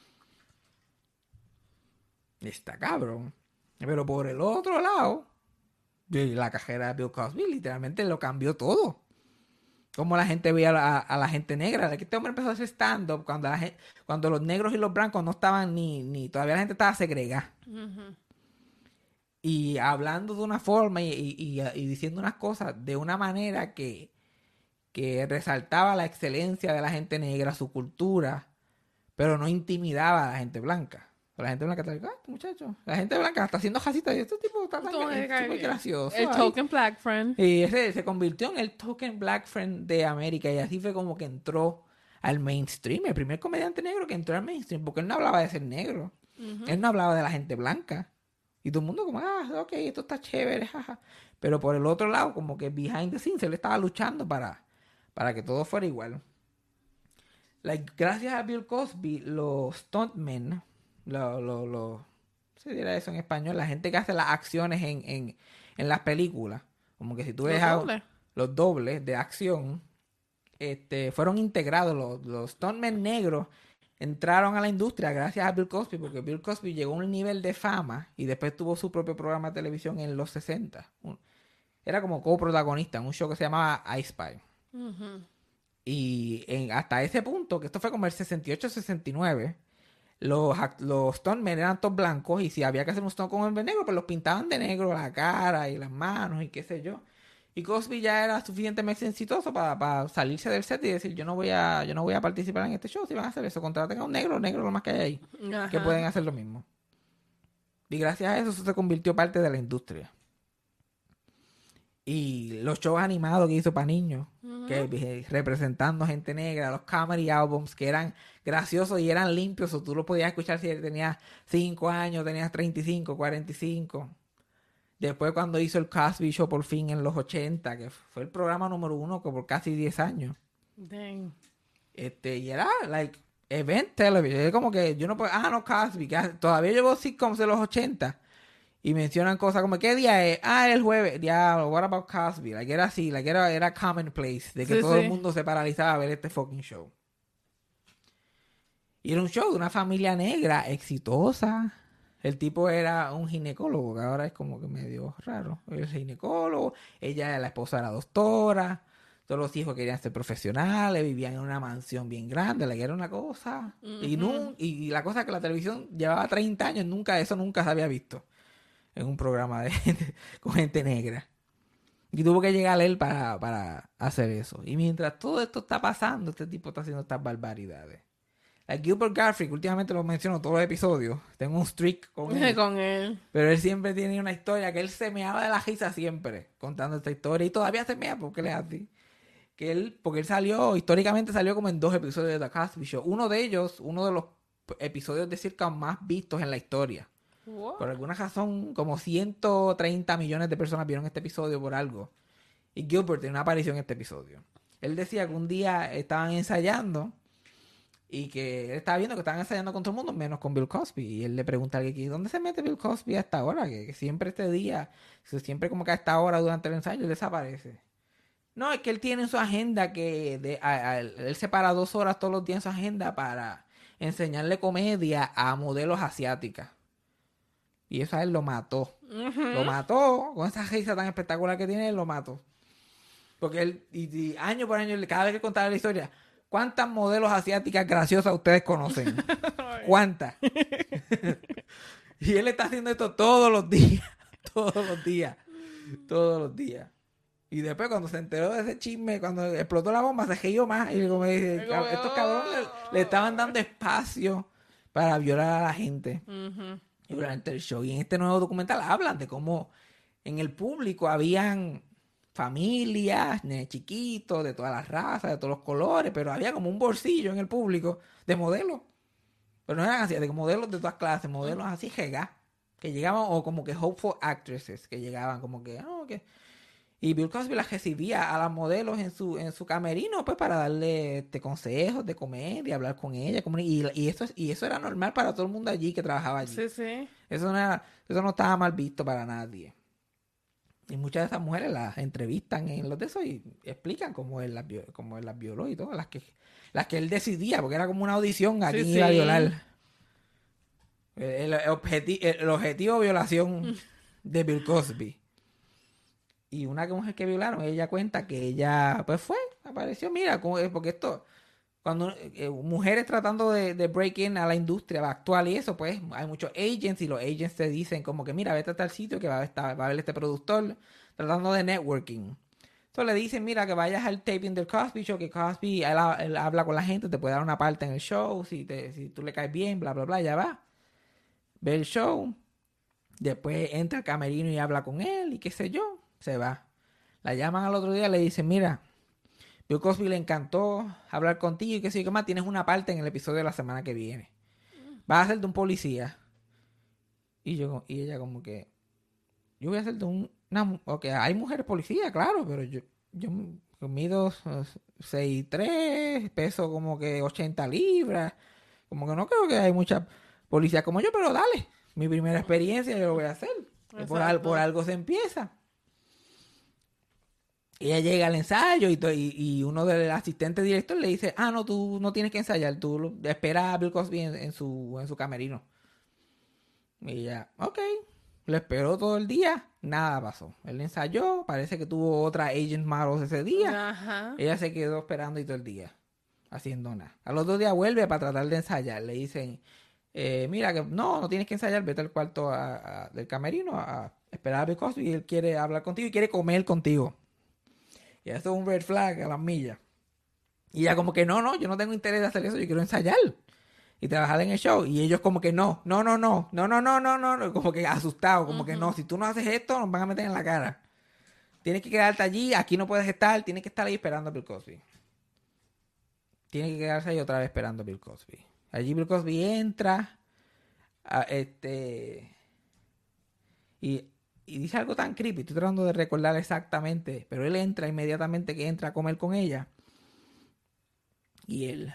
Está cabrón. Pero por el otro lado, la carrera de Bill Cosby literalmente lo cambió todo. Como la gente veía a la gente negra. Este hombre empezó a hacer stand-up cuando los negros y los blancos no estaban ni todavía la gente estaba segregada. Y hablando de una forma y diciendo unas cosas de una manera que que resaltaba la excelencia de la gente negra, su cultura, pero no intimidaba a la gente blanca. La gente blanca está like, muchacho, la gente blanca está haciendo jacita y este tipo está súper gracioso. El token black friend. Y ese se convirtió en el token black friend de América y así fue como que entró al mainstream, el primer comediante negro que entró al mainstream, porque él no hablaba de ser negro, él no hablaba de la gente blanca. Y todo el mundo como, ok, esto está chévere, jaja. Pero por el otro lado, como que behind the scenes, él estaba luchando para que todo fuera igual. Like, gracias a Bill Cosby, los stuntmen, ¿se dirá eso en español? La gente que hace las acciones en las películas. Como que si tú ves los dobles de acción, fueron integrados. Los stuntmen negros entraron a la industria gracias a Bill Cosby, porque Bill Cosby llegó a un nivel de fama y después tuvo su propio programa de televisión en los 60. Era como coprotagonista en un show que se llamaba I Spy. Y hasta ese punto, que esto fue como el 68-69, los stuntmen eran todos blancos y si había que hacer un stunt con un hombre negro, pues los pintaban de negro la cara y las manos y qué sé yo. Y Cosby ya era suficientemente exitoso para salirse del set y decir, yo no voy a participar en este show. Si van a hacer eso, contraten a un negro lo más que hay ahí, que pueden hacer lo mismo. Y gracias a eso se convirtió parte de la industria. Y los shows animados que hizo para niños, que representando gente negra, los comedy albums que eran graciosos y eran limpios, o tú lo podías escuchar si tenías 5 años, tenías 35, 45. Después cuando hizo el Cosby Show por fin en los 80, que fue el programa número 1 por casi 10 años. Dang. Y era like event television. Es como que yo no puedo, no Cosby, que todavía llevo sitcoms de los 80 y mencionan cosas como ¿qué día es? El jueves. Diablo, what about Cosby? Like era así, like era commonplace de que todo el mundo se paralizaba a ver este fucking show. Y era un show de una familia negra exitosa. El tipo era un ginecólogo, que ahora es como que medio raro. El ginecólogo, ella, la esposa era doctora, todos los hijos querían ser profesionales, vivían en una mansión bien grande, era una cosa. Y la cosa es que la televisión llevaba 30 años, eso nunca se había visto en un programa con gente negra. Y tuvo que llegar él para hacer eso. Y mientras todo esto está pasando, este tipo está haciendo estas barbaridades. Gilbert Gottfried, últimamente lo menciono todos los episodios. Tengo un streak con él. Pero él siempre tiene una historia que él se meaba de la risa siempre contando esta historia. Y todavía se mea porque él es así. Porque él históricamente salió como en 2 episodios de The Cosby Show. Uno de ellos, uno de los episodios de sitcom más vistos en la historia. What? Por alguna razón, como 130 millones de personas vieron este episodio por algo. Y Gilbert tiene una aparición en este episodio. Él decía que un día estaban ensayando y que él estaba viendo que estaban ensayando con todo el mundo, menos con Bill Cosby. Y él le pregunta a alguien, ¿dónde se mete Bill Cosby a esta hora? Que siempre este día, siempre como que a esta hora durante el ensayo, él desaparece. No, es que él tiene en su agenda que él separa 2 horas todos los días en su agenda para enseñarle comedia a modelos asiáticas. Y eso a él lo mató. Lo mató con esa risa tan espectacular que tiene, él lo mató. Porque él, y año por año, cada vez que contaba la historia, ¿cuántas modelos asiáticas graciosas ustedes conocen? ¿Cuántas? Y él está haciendo esto todos los días. Todos los días. Todos los días. Y después cuando se enteró de ese chisme, cuando explotó la bomba, se rió más. Y como dice, estos cabrones le estaban dando espacio para violar a la gente. Y durante el show. Y en este nuevo documental hablan de cómo en el público habían familias, chiquitos, de todas las razas, de todos los colores, pero había como un bolsillo en el público de modelos. Pero no eran así, de modelos de todas clases, modelos así que llegaban, o como que hopeful actresses, que llegaban como que, Y Bill Cosby las recibía a las modelos en su camerino, pues para darle consejos de comedia, hablar con ella, y eso era normal para todo el mundo allí que trabajaba allí. Sí, sí. Eso no estaba mal visto para nadie. Y muchas de esas mujeres las entrevistan en los de esos y explican cómo él las violó y todo, las que él decidía, porque era como una audición a quién iba a violar. El objetivo violación de Bill Cosby. Y una mujer que violaron, ella cuenta que ella, pues apareció, mira, porque esto, cuando mujeres tratando de break in a la industria actual y eso, pues hay muchos agents y los agents te dicen como que mira, vete a tal sitio que va a haber este productor tratando de networking. Entonces le dicen, mira, que vayas al taping del Cosby Show, que Cosby, él habla con la gente, te puede dar una parte en el show, si tú le caes bien, bla, bla, bla, ya va. Ve el show, después entra al camerino y habla con él, y qué sé yo, se va. La llaman al otro día, le dicen, mira, Bill Cosby le encantó hablar contigo y qué sé yo, qué más, tienes una parte en el episodio de la semana que viene. Vas a ser de un policía. Y ella como que, yo voy a ser de ok, hay mujeres policías, claro, pero yo mido 6'3", peso como que 80 libras. Como que no creo que hay muchas policías como yo, pero dale. Mi primera experiencia yo lo voy a hacer. Por algo se empieza. Ella llega al ensayo y uno del asistente director le dice, no, tú no tienes que ensayar, tú espera a Bill Cosby en su camerino. Y ella, ok. Lo esperó todo el día, nada pasó. Él ensayó, parece que tuvo otra agent models ese día. Ajá. Ella se quedó esperando y todo el día, haciendo nada. Al otro día vuelve para tratar de ensayar. Le dicen, mira, que no tienes que ensayar, vete al cuarto del camerino a esperar a Bill Cosby y él quiere hablar contigo y quiere comer contigo. Y eso es un red flag a las millas. Y ella como que, no, yo no tengo interés de hacer eso, yo quiero ensayar y trabajar en el show. Y ellos como que no, como que asustados, como que no, si tú no haces esto, nos van a meter en la cara. Tienes que quedarte allí, aquí no puedes estar, tienes que estar ahí esperando a Bill Cosby. Tiene que quedarse ahí otra vez esperando a Bill Cosby. Allí Bill Cosby entra, y dice algo tan creepy, estoy tratando de recordar exactamente, pero él entra inmediatamente que entra a comer con ella. Y él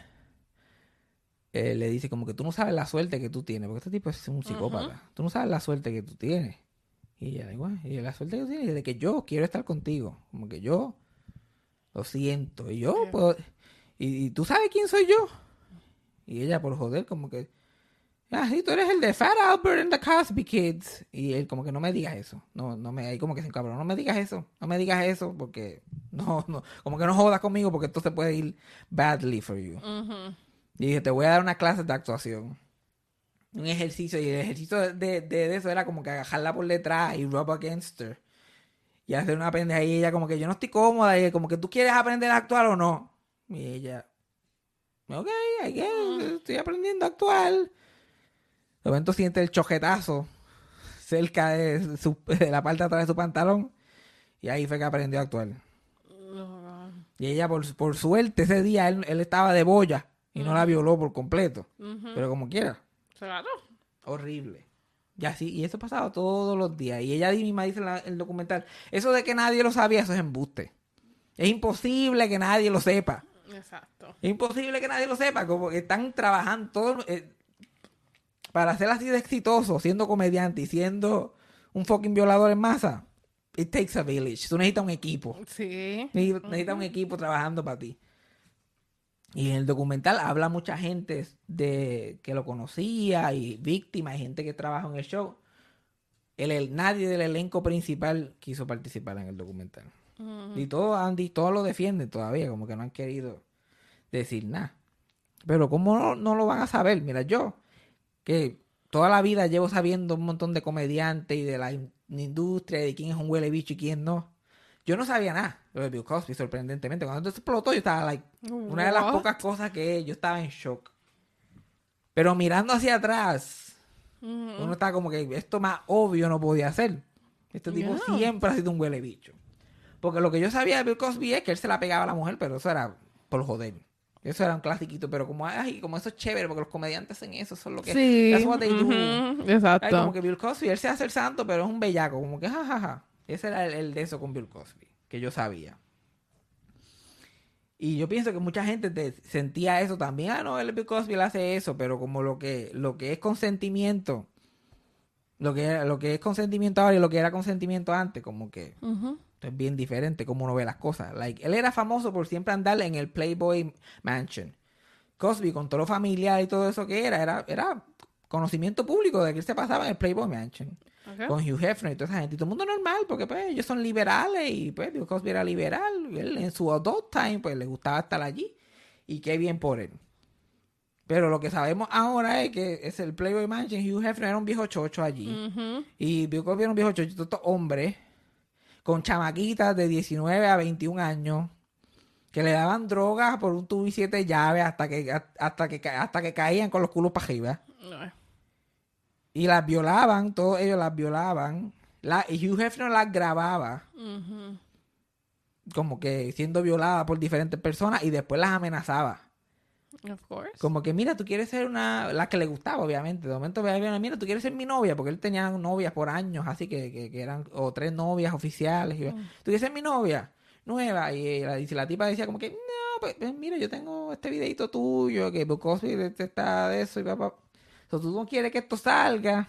le dice como que tú no sabes la suerte que tú tienes, porque este tipo es un psicópata. Tú no sabes la suerte que tú tienes. Y ella, igual, y la suerte que tú tienes es de que yo quiero estar contigo. Como que yo lo siento. Y yo puedo... ¿Y tú sabes quién soy yo? Y ella, por joder, como que... sí, tú eres el de Fat Albert and the Cosby Kids. Y él como que no me digas eso. Ahí como que se encabrón. No me digas eso, porque... No, como que no jodas conmigo porque esto se puede ir badly for you. Y dije, te voy a dar una clase de actuación. Un ejercicio. Y el ejercicio de eso era como que agarrarla por detrás y rub against her. Y hacer una pendeja. Y ella como que yo no estoy cómoda. Y como que tú quieres aprender a actuar o no. Y ella, ok, I guess, estoy aprendiendo a actuar. De momento siente el chojetazo cerca de la parte de atrás de su pantalón. Y ahí fue que aprendió a actuar. Y ella, por suerte, ese día él estaba de boya. Y no la violó por completo. Pero como quiera. Claro. Horrible. Y así, y eso pasaba todos los días. Y ella misma dice en el documental, eso de que nadie lo sabía, eso es embuste. Es imposible que nadie lo sepa. Exacto. Es imposible que nadie lo sepa. Como que están trabajando todo, para ser así de exitoso, siendo comediante y siendo un fucking violador en masa. It takes a village. Tú necesitas un equipo. Sí. Necesitas un equipo trabajando para ti. Y en el documental habla mucha gente que lo conocía y víctimas, y gente que trabaja en el show. Nadie del elenco principal quiso participar en el documental. Y todos lo defienden todavía, como que no han querido decir nada. Pero ¿cómo no lo van a saber? Mira, yo, que toda la vida llevo sabiendo un montón de comediantes y de la industria, de quién es un huele bicho y quién no. Yo no sabía nada de Bill Cosby, sorprendentemente. Cuando esto explotó, yo estaba una de las pocas cosas que yo estaba en shock. Pero mirando hacia atrás, uno estaba como que esto más obvio no podía ser. Este tipo siempre ha sido un huele bicho. Porque lo que yo sabía de Bill Cosby es que él se la pegaba a la mujer, pero eso era por joder. Eso era un clasiquito, pero como eso es chévere, porque los comediantes hacen eso, eso es lo que... Sí. That's what they do. Exacto. Como que Bill Cosby, él se hace el santo, pero es un bellaco, como que jajaja. Ese era el de eso con Bill Cosby, que yo sabía. Y yo pienso que mucha gente sentía eso también. No, el Bill Cosby le hace eso, pero como lo que es consentimiento, lo que es consentimiento ahora y lo que era consentimiento antes, como que es bien diferente como uno ve las cosas. Él era famoso por siempre andar en el Playboy Mansion. Cosby, con todo lo familiar y todo eso que era conocimiento público de que él se pasaba en el Playboy Mansion. Okay. Con Hugh Hefner y toda esa gente. Y todo el mundo normal, porque pues ellos son liberales y pues Bill Cosby era liberal. Y él en su adult time pues le gustaba estar allí. Y qué bien por él. Pero lo que sabemos ahora es que es el Playboy Mansion. Hugh Hefner era un viejo chocho allí. Y Bill Cosby era un viejo chocho. Estos hombres con chamaquitas de 19 a 21 años que le daban drogas por un tubo y 7 llaves hasta que caían con los culos para arriba. No. Y las violaban, todos ellos las violaban. Y Hugh Hefner las grababa Ujú. como que siendo violada por diferentes personas y después las amenazaba. Of course. Como que, mira, tú quieres ser la que le gustaba, obviamente. De momento, mira, tú quieres ser mi novia, porque él tenía novias por años, así que eran, o 3 novias oficiales. Y, tú quieres ser mi novia nueva. Y la tipa decía como que, no, pues mira, yo tengo este videito tuyo, que Bill Cosby está de eso, y papá. Entonces, tú no quieres que esto salga.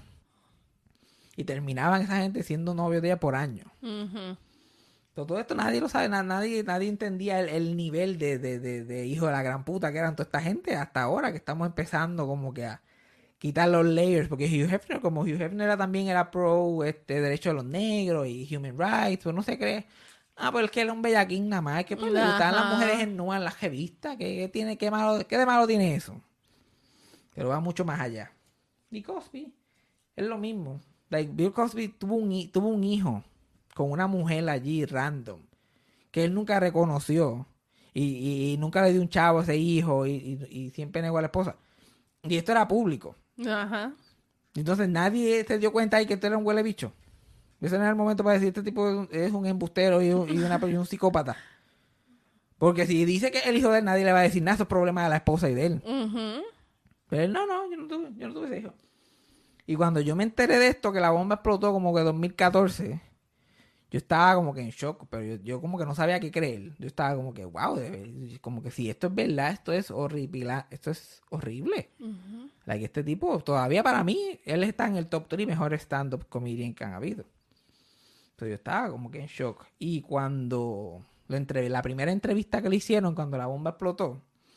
Y terminaban esa gente siendo novios de ella por años. Ujú. Todo esto nadie lo sabe, nadie entendía el nivel de hijo de la gran puta que eran toda esta gente hasta ahora que estamos empezando como que a quitar los layers, porque Hugh Hefner también era pro derechos de los negros y human rights, pues no se cree. Pues es que él es un bellaquín nada más, es que pues, le gustaban las mujeres en nua en las revistas, ¿qué de malo tiene eso? Pero va mucho más allá. Y Cosby es lo mismo. Bill Cosby tuvo un hijo con una mujer allí random que él nunca reconoció y nunca le dio un chavo a ese hijo y siempre negó a la esposa. Y esto era público. Ajá. Entonces nadie se dio cuenta ahí que esto era un huele bicho. Ese no era el momento para decir este tipo es un embustero y un psicópata. Porque si dice que el hijo de él, nadie le va a decir nada, esos problemas de la esposa y de él. Ujú. Pero él, yo no tuve ese hijo. Y cuando yo me enteré de esto, que la bomba explotó como que en 2014, yo estaba como que en shock, pero yo como que no sabía qué creer. Yo estaba como que, wow, como que si esto es verdad, esto es horrible. Esto es horrible. Este tipo, todavía para mí, él está en el top 3 mejores stand-up comedian que han habido. Entonces yo estaba como que en shock. Y cuando la primera entrevista que le hicieron, cuando la bomba explotó,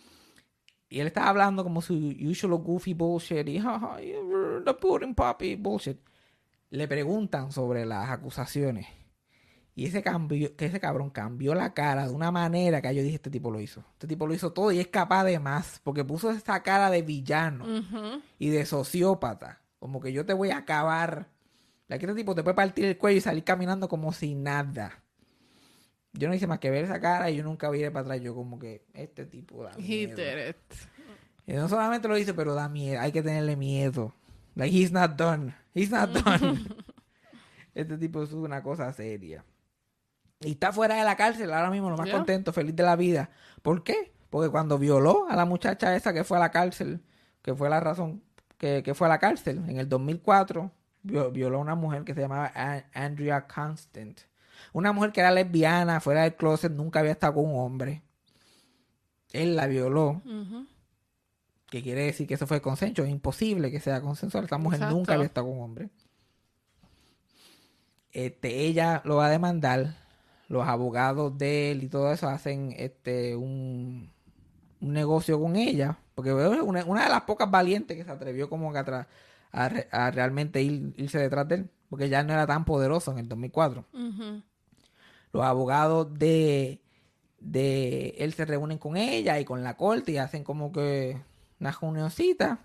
y él estaba hablando como su usual goofy bullshit y the pudding poppy bullshit. Le preguntan sobre las acusaciones. Y ese cabrón cambió la cara de una manera que yo dije, este tipo lo hizo. Este tipo lo hizo todo y es capaz de más. Porque puso esa cara de villano y de sociópata. Como que yo te voy a acabar. Este tipo te puede partir el cuello y salir caminando como si nada. Yo no hice más que ver esa cara y yo nunca vi para atrás. Yo como que este tipo da He miedo. did it. Y no solamente lo dice, pero da miedo. Hay que tenerle miedo. He's not done. He's not done. Este tipo es una cosa seria. Y está fuera de la cárcel ahora mismo, lo más contento, feliz de la vida. ¿Por qué? Porque cuando violó a la muchacha esa que fue a la cárcel, que fue la razón que fue a la cárcel, en el 2004, violó a una mujer que se llamaba Andrea Constant. Una mujer que era lesbiana, fuera del closet, nunca había estado con un hombre. Él la violó. Que quiere decir que eso fue consenso. Es imposible que sea consensual. Esta mujer nunca había estado con un hombre. Ella lo va a demandar. Los abogados de él y todo eso hacen un negocio con ella. Porque es una de las pocas valientes que se atrevió como que a realmente irse detrás de él. Porque ya no era tan poderoso en el 2004. Los abogados de él se reúnen con ella y con la corte y hacen como que una reunioncita.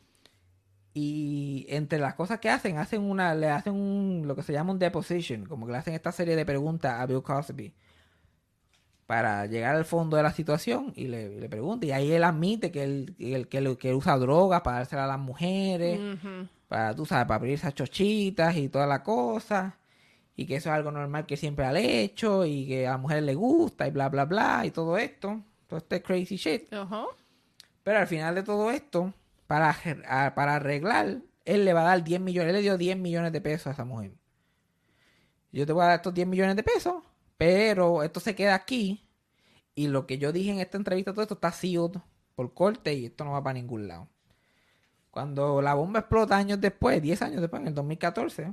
Y entre las cosas que hacen, le hacen lo que se llama un deposition, como que le hacen esta serie de preguntas a Bill Cosby para llegar al fondo de la situación y le pregunta. Y ahí él admite que él usa drogas para dársela a las mujeres, para abrirse a chochitas y toda la cosa. Y que eso es algo normal que siempre ha hecho y que a las mujeres les gusta y bla, bla, bla y todo esto. Todo este crazy shit. Pero al final de todo esto, para arreglar, él le va a dar 10 millones. Él le dio 10 millones de pesos a esa mujer. Yo te voy a dar estos 10 millones de pesos, pero esto se queda aquí. Y lo que yo dije en esta entrevista, todo esto está sealed por corte y esto no va para ningún lado. Cuando la bomba explota años después, 10 años después, en el 2014...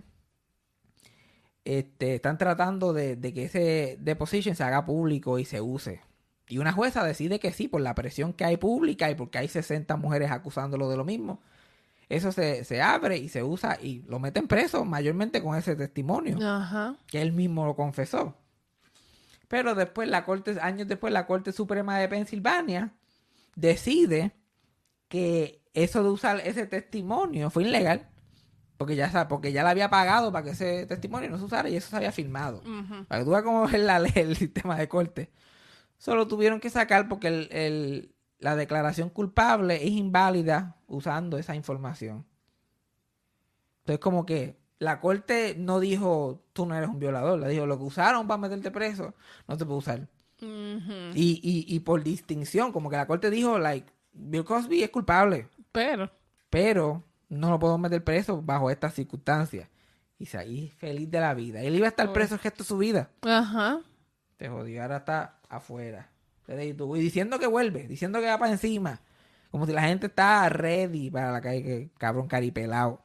están tratando de que ese deposition se haga público y se use. Y una jueza decide que sí, por la presión que hay pública y porque hay 60 mujeres acusándolo de lo mismo. Eso se abre y se usa y lo meten preso mayormente con ese testimonio. Que él mismo lo confesó. Pero después años después, la Corte Suprema de Pensilvania decide que eso de usar ese testimonio fue ilegal. porque ya le había pagado para que ese testimonio no se usara y eso se había filmado. Para que tú veas cómo es el sistema de corte. Solo tuvieron que sacar porque la declaración culpable es inválida usando esa información. Entonces, como que la corte no dijo, tú no eres un violador. Le dijo, lo que usaron para meterte preso, no te puede usar. Y por distinción, como que la corte dijo, Bill Cosby es culpable. Pero no lo podemos meter preso bajo estas circunstancias. Y se ahí feliz de la vida. Él iba a estar preso el resto de su vida. Ajá. Te jodió, ahora está afuera. Y diciendo que vuelve, diciendo que va para encima. Como si la gente está ready para la calle, que cabrón caripelado.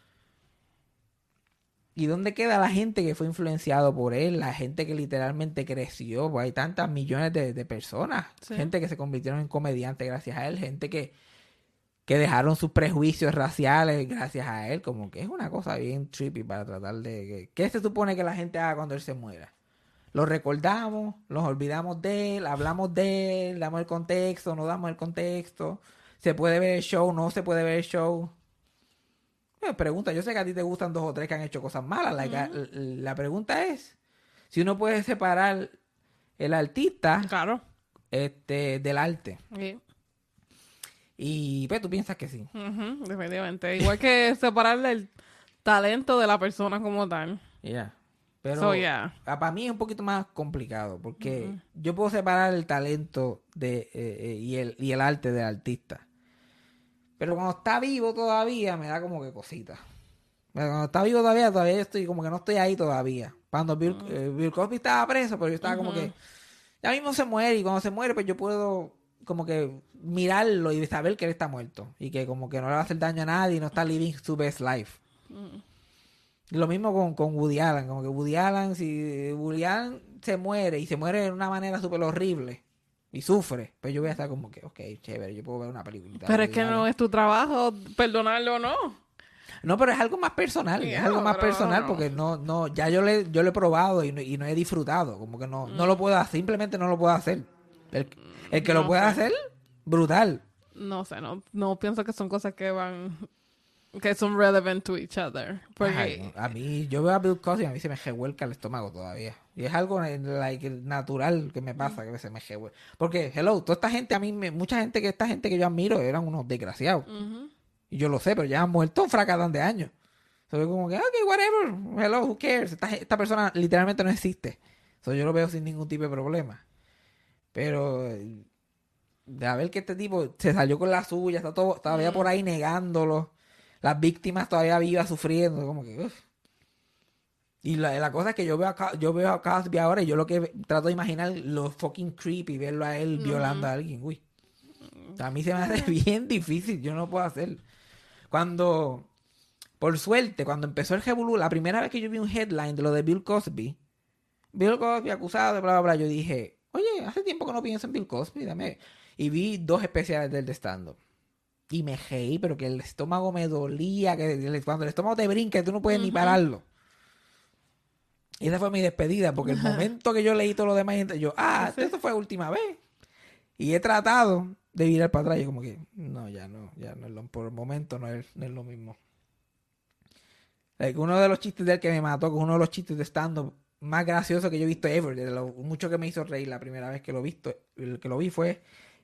¿Y dónde queda la gente que fue influenciado por él? La gente que literalmente creció. Pues hay tantas millones de personas. Sí. Gente que se convirtieron en comediantes gracias a él. Gente que dejaron sus prejuicios raciales gracias a él. Como que es una cosa bien trippy para tratar de... ¿Qué se supone que la gente haga cuando él se muera? Lo recordamos, los olvidamos de él, hablamos de él, damos el contexto, no damos el contexto. ¿Se puede ver el show? ¿No se puede ver el show? Pregunta, yo sé que a ti te gustan 2 o 3 que han hecho cosas malas. La pregunta es si uno puede separar el artista Claro. del arte. Sí. Y pues tú piensas que sí. Definitivamente. Igual que separarle el talento de la persona como tal. Yeah. Pero So, yeah. para mí es un poquito más complicado porque yo puedo separar el talento y el arte del artista. Pero cuando está vivo todavía me da como que cosita. Cuando está vivo todavía yo estoy como que no estoy ahí todavía. Cuando Bill Cosby estaba preso, pero yo estaba como que ya mismo se muere y cuando se muere pues yo puedo como que mirarlo y saber que él está muerto y que como que no le va a hacer daño a nadie y no está living su best life. Y lo mismo con Woody Allen, como que si Woody Allen se muere y se muere de una manera súper horrible y sufre, pues yo voy a estar como que, ok, chévere, yo puedo ver una película. Pero es que no es tu trabajo perdonarlo o no. No, pero es algo más personal, es algo más personal porque no, ya yo lo he probado y no he disfrutado, como que no lo puedo hacer, simplemente no lo puedo hacer. El que lo pueda hacer, brutal. No sé, no pienso que son cosas que son relevant to each other. Porque... Ay, no, a mí, yo veo a Bill Cosby y a mí se me revuelca el estómago todavía. Y es algo natural que me pasa, que se me revuelca. Porque, toda esta gente, esta gente que yo admiro eran unos desgraciados. Y yo lo sé, pero ya han muerto un fracatán de años. Soy como que, ok, whatever, who cares. Esta persona literalmente no existe. Yo lo veo sin ningún tipo de problema. Pero de a ver que este tipo se salió con la suya, está todavía por ahí negándolo. Las víctimas todavía vivas sufriendo, como que... Y la cosa es que yo veo a Cosby ahora y yo lo que trato de imaginar lo fucking creepy, verlo a él violando a alguien. Uy. A mí se me hace bien difícil, yo no lo puedo hacer. Por suerte, cuando empezó el revolú, la primera vez que yo vi un headline de lo de Bill Cosby acusado de bla, bla, bla, yo dije, oye, hace tiempo que no pienso en Bill Cosby, dame... Y vi 2 especiales del de stand-up. Y me reí, pero que el estómago me dolía, cuando el estómago te brinca, tú no puedes ni pararlo. Y esa fue mi despedida, porque el momento que yo leí todo lo demás, yo, esto fue la última vez. Y he tratado de virar para atrás, y como que, no es por el momento no es lo mismo. Uno de los chistes de él que me mató, que es uno de los chistes de stand-up más graciosos que yo he visto ever, de lo mucho que me hizo reír la primera vez que lo vi fue,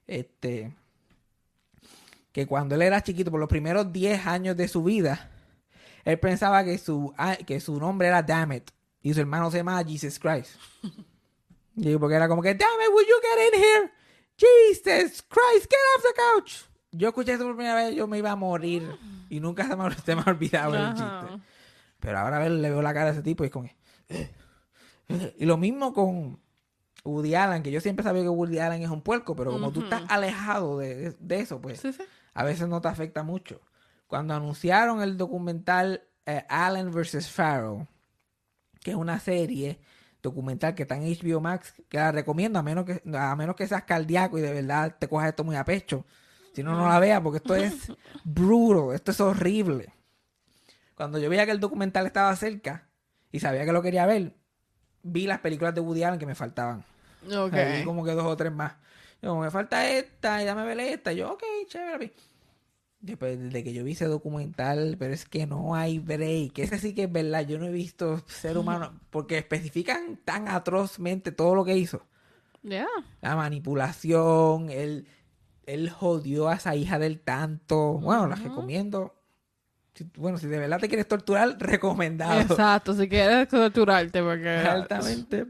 que cuando él era chiquito, por los primeros 10 años de su vida, él pensaba que su nombre era Dammit y su hermano se llamaba Jesus Christ. Y porque era como que, damn it, will you get in here? Jesus Christ, get off the couch. Yo escuché eso por primera vez, yo me iba a morir y nunca se me ha olvidado el chiste. Pero ahora le veo la cara a ese tipo y es como que... Y lo mismo con Woody Allen, que yo siempre sabía que Woody Allen es un puerco, pero como tú estás alejado de eso, pues a veces no te afecta mucho. Cuando anunciaron el documental Allen vs. Farrow, que es una serie documental que está en HBO Max, que la recomiendo a menos que seas cardíaco y de verdad te cojas esto muy a pecho. Si no, no la veas porque esto es brutal, esto es horrible. Cuando yo veía que el documental estaba cerca y sabía que lo quería ver, vi las películas de Woody Allen que me faltaban. Okay. Vi como que 2 o 3 más. Yo, me falta esta y dame ver esta. Y yo, ok, chévere. desde que yo vi ese documental, pero es que no hay break. Ese sí que es verdad. Yo no he visto ser humano, porque especifican tan atrozmente todo lo que hizo. Yeah. La manipulación, él jodió a esa hija del tanto. Bueno, la recomiendo. Si de verdad te quieres torturar, recomendado. Exacto, si quieres torturarte, porque... Altamente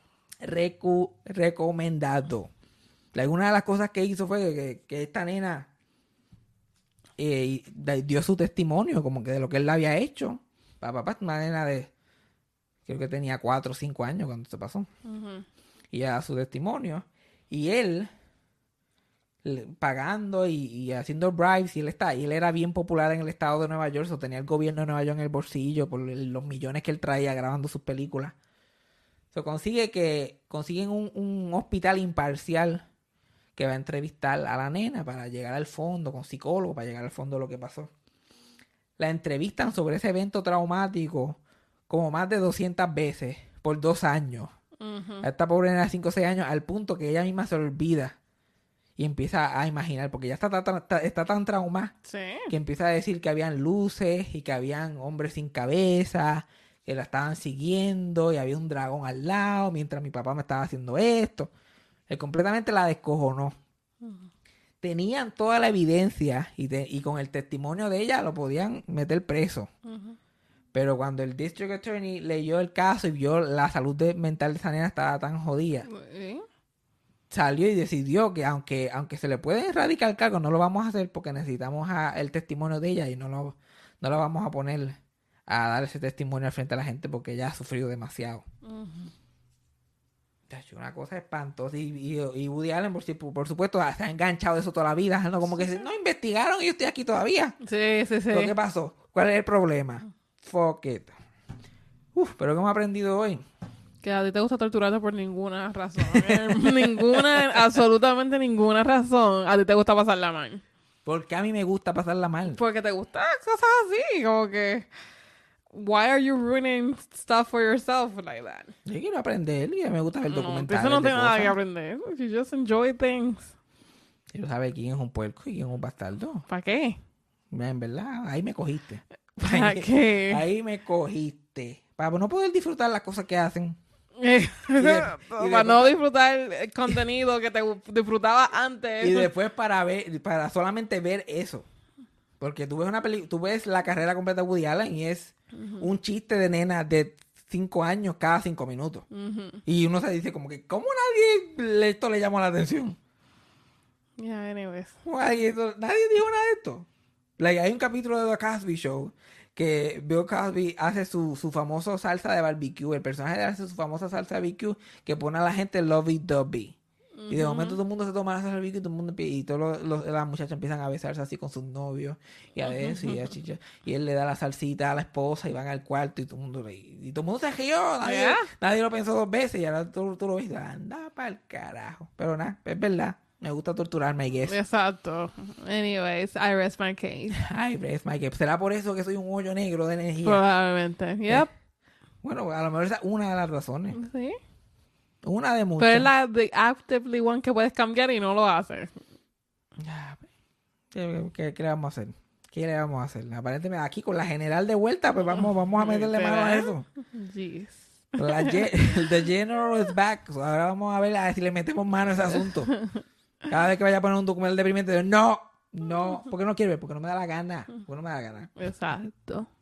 recomendado. Una de las cosas que hizo fue que esta nena dio su testimonio, como que de lo que él le había hecho. Papá, una nena de... Creo que tenía 4 o 5 años cuando se pasó. Y ella da su testimonio. Y él... pagando y haciendo bribes, y él era bien popular en el estado de Nueva York, tenía el gobierno de Nueva York en el bolsillo por los millones que él traía grabando sus películas. Consiguen un hospital imparcial que va a entrevistar a la nena para llegar al fondo, con psicólogo, para llegar al fondo de lo que pasó. La entrevistan sobre ese evento traumático como más de 200 veces por 2 años. A esta pobre nena de 5 o 6 años, al punto que ella misma se lo olvida. Y empieza a imaginar, porque ya está tan traumada, Sí. que empieza a decir que habían luces y que habían hombres sin cabeza, que la estaban siguiendo y había un dragón al lado mientras mi papá me estaba haciendo esto. Él completamente la descojonó. Tenían toda la evidencia y con el testimonio de ella lo podían meter preso. Pero cuando el District Attorney leyó el caso y vio la salud mental de esa nena estaba tan jodida, salió y decidió que aunque se le puede erradicar el cargo, no lo vamos a hacer porque necesitamos el testimonio de ella y no la vamos a poner a dar ese testimonio al frente a la gente porque ella ha sufrido demasiado. Una cosa espantosa. Y Woody Allen, por supuesto, se ha enganchado de eso toda la vida, ¿no? Como que no investigaron y yo estoy aquí todavía. Sí. ¿Pero qué pasó? ¿Cuál es el problema? Fuck it. ¿Pero qué hemos aprendido hoy? Que a ti te gusta torturarte por ninguna razón. Absolutamente ninguna razón. A ti te gusta pasarla mal. Porque a mí me gusta pasarla mal. Porque te gustan cosas así, como que... Why are you ruining stuff for yourself like that? Yo quiero aprender y me gusta ver documentales. Eso no tiene de nada que cosas. aprender. You just enjoy things. Quiero saber quién es un puerco y quién es un bastardo. ¿Para qué? En verdad, ahí me cogiste. ¿Para qué? Ahí me cogiste. Para no poder disfrutar las cosas que hacen. Para no disfrutar el contenido que te disfrutaba antes. Y después para solamente ver eso. Porque tú ves tú ves la carrera completa de Woody Allen y es un chiste de nena de 5 años cada 5 minutos. Y uno se dice como que, ¿cómo esto le llamó la atención? Yeah, anyways. Nadie dijo nada de esto. Hay un capítulo de The Cosby Show que Bill Cosby hace su famoso salsa de barbecue. El personaje hace su famosa salsa de barbecue que pone a la gente lovey-dovey. Y de momento todo el mundo se toma la salsa de barbecue y todas las muchachas empiezan a besarse así con sus novios y a eso y él le da la salsita a la esposa y van al cuarto y todo el mundo se rió. Nadie lo pensó 2 veces y ahora tú lo ves y anda pa'l carajo. Pero nada, es verdad. Me gusta torturarme, I guess. Exacto. Anyways, I rest my case. I rest my case. ¿Será por eso que soy un hoyo negro de energía? Probablemente. Yep. Bueno, a lo mejor esa es una de las razones. Sí. Una de muchas. Pero es la the actively one que puedes cambiar y no lo haces. ¿Qué le vamos a hacer? ¿Qué le vamos a hacer? Aparentemente aquí con la general de vuelta, pues vamos a meterle mano a eso. Jeez. The General is back. Ahora vamos a ver si le metemos mano a ese asunto. Cada vez que vaya a poner un documental deprimente, no, porque no quiero ver, porque no me da la gana. Exacto.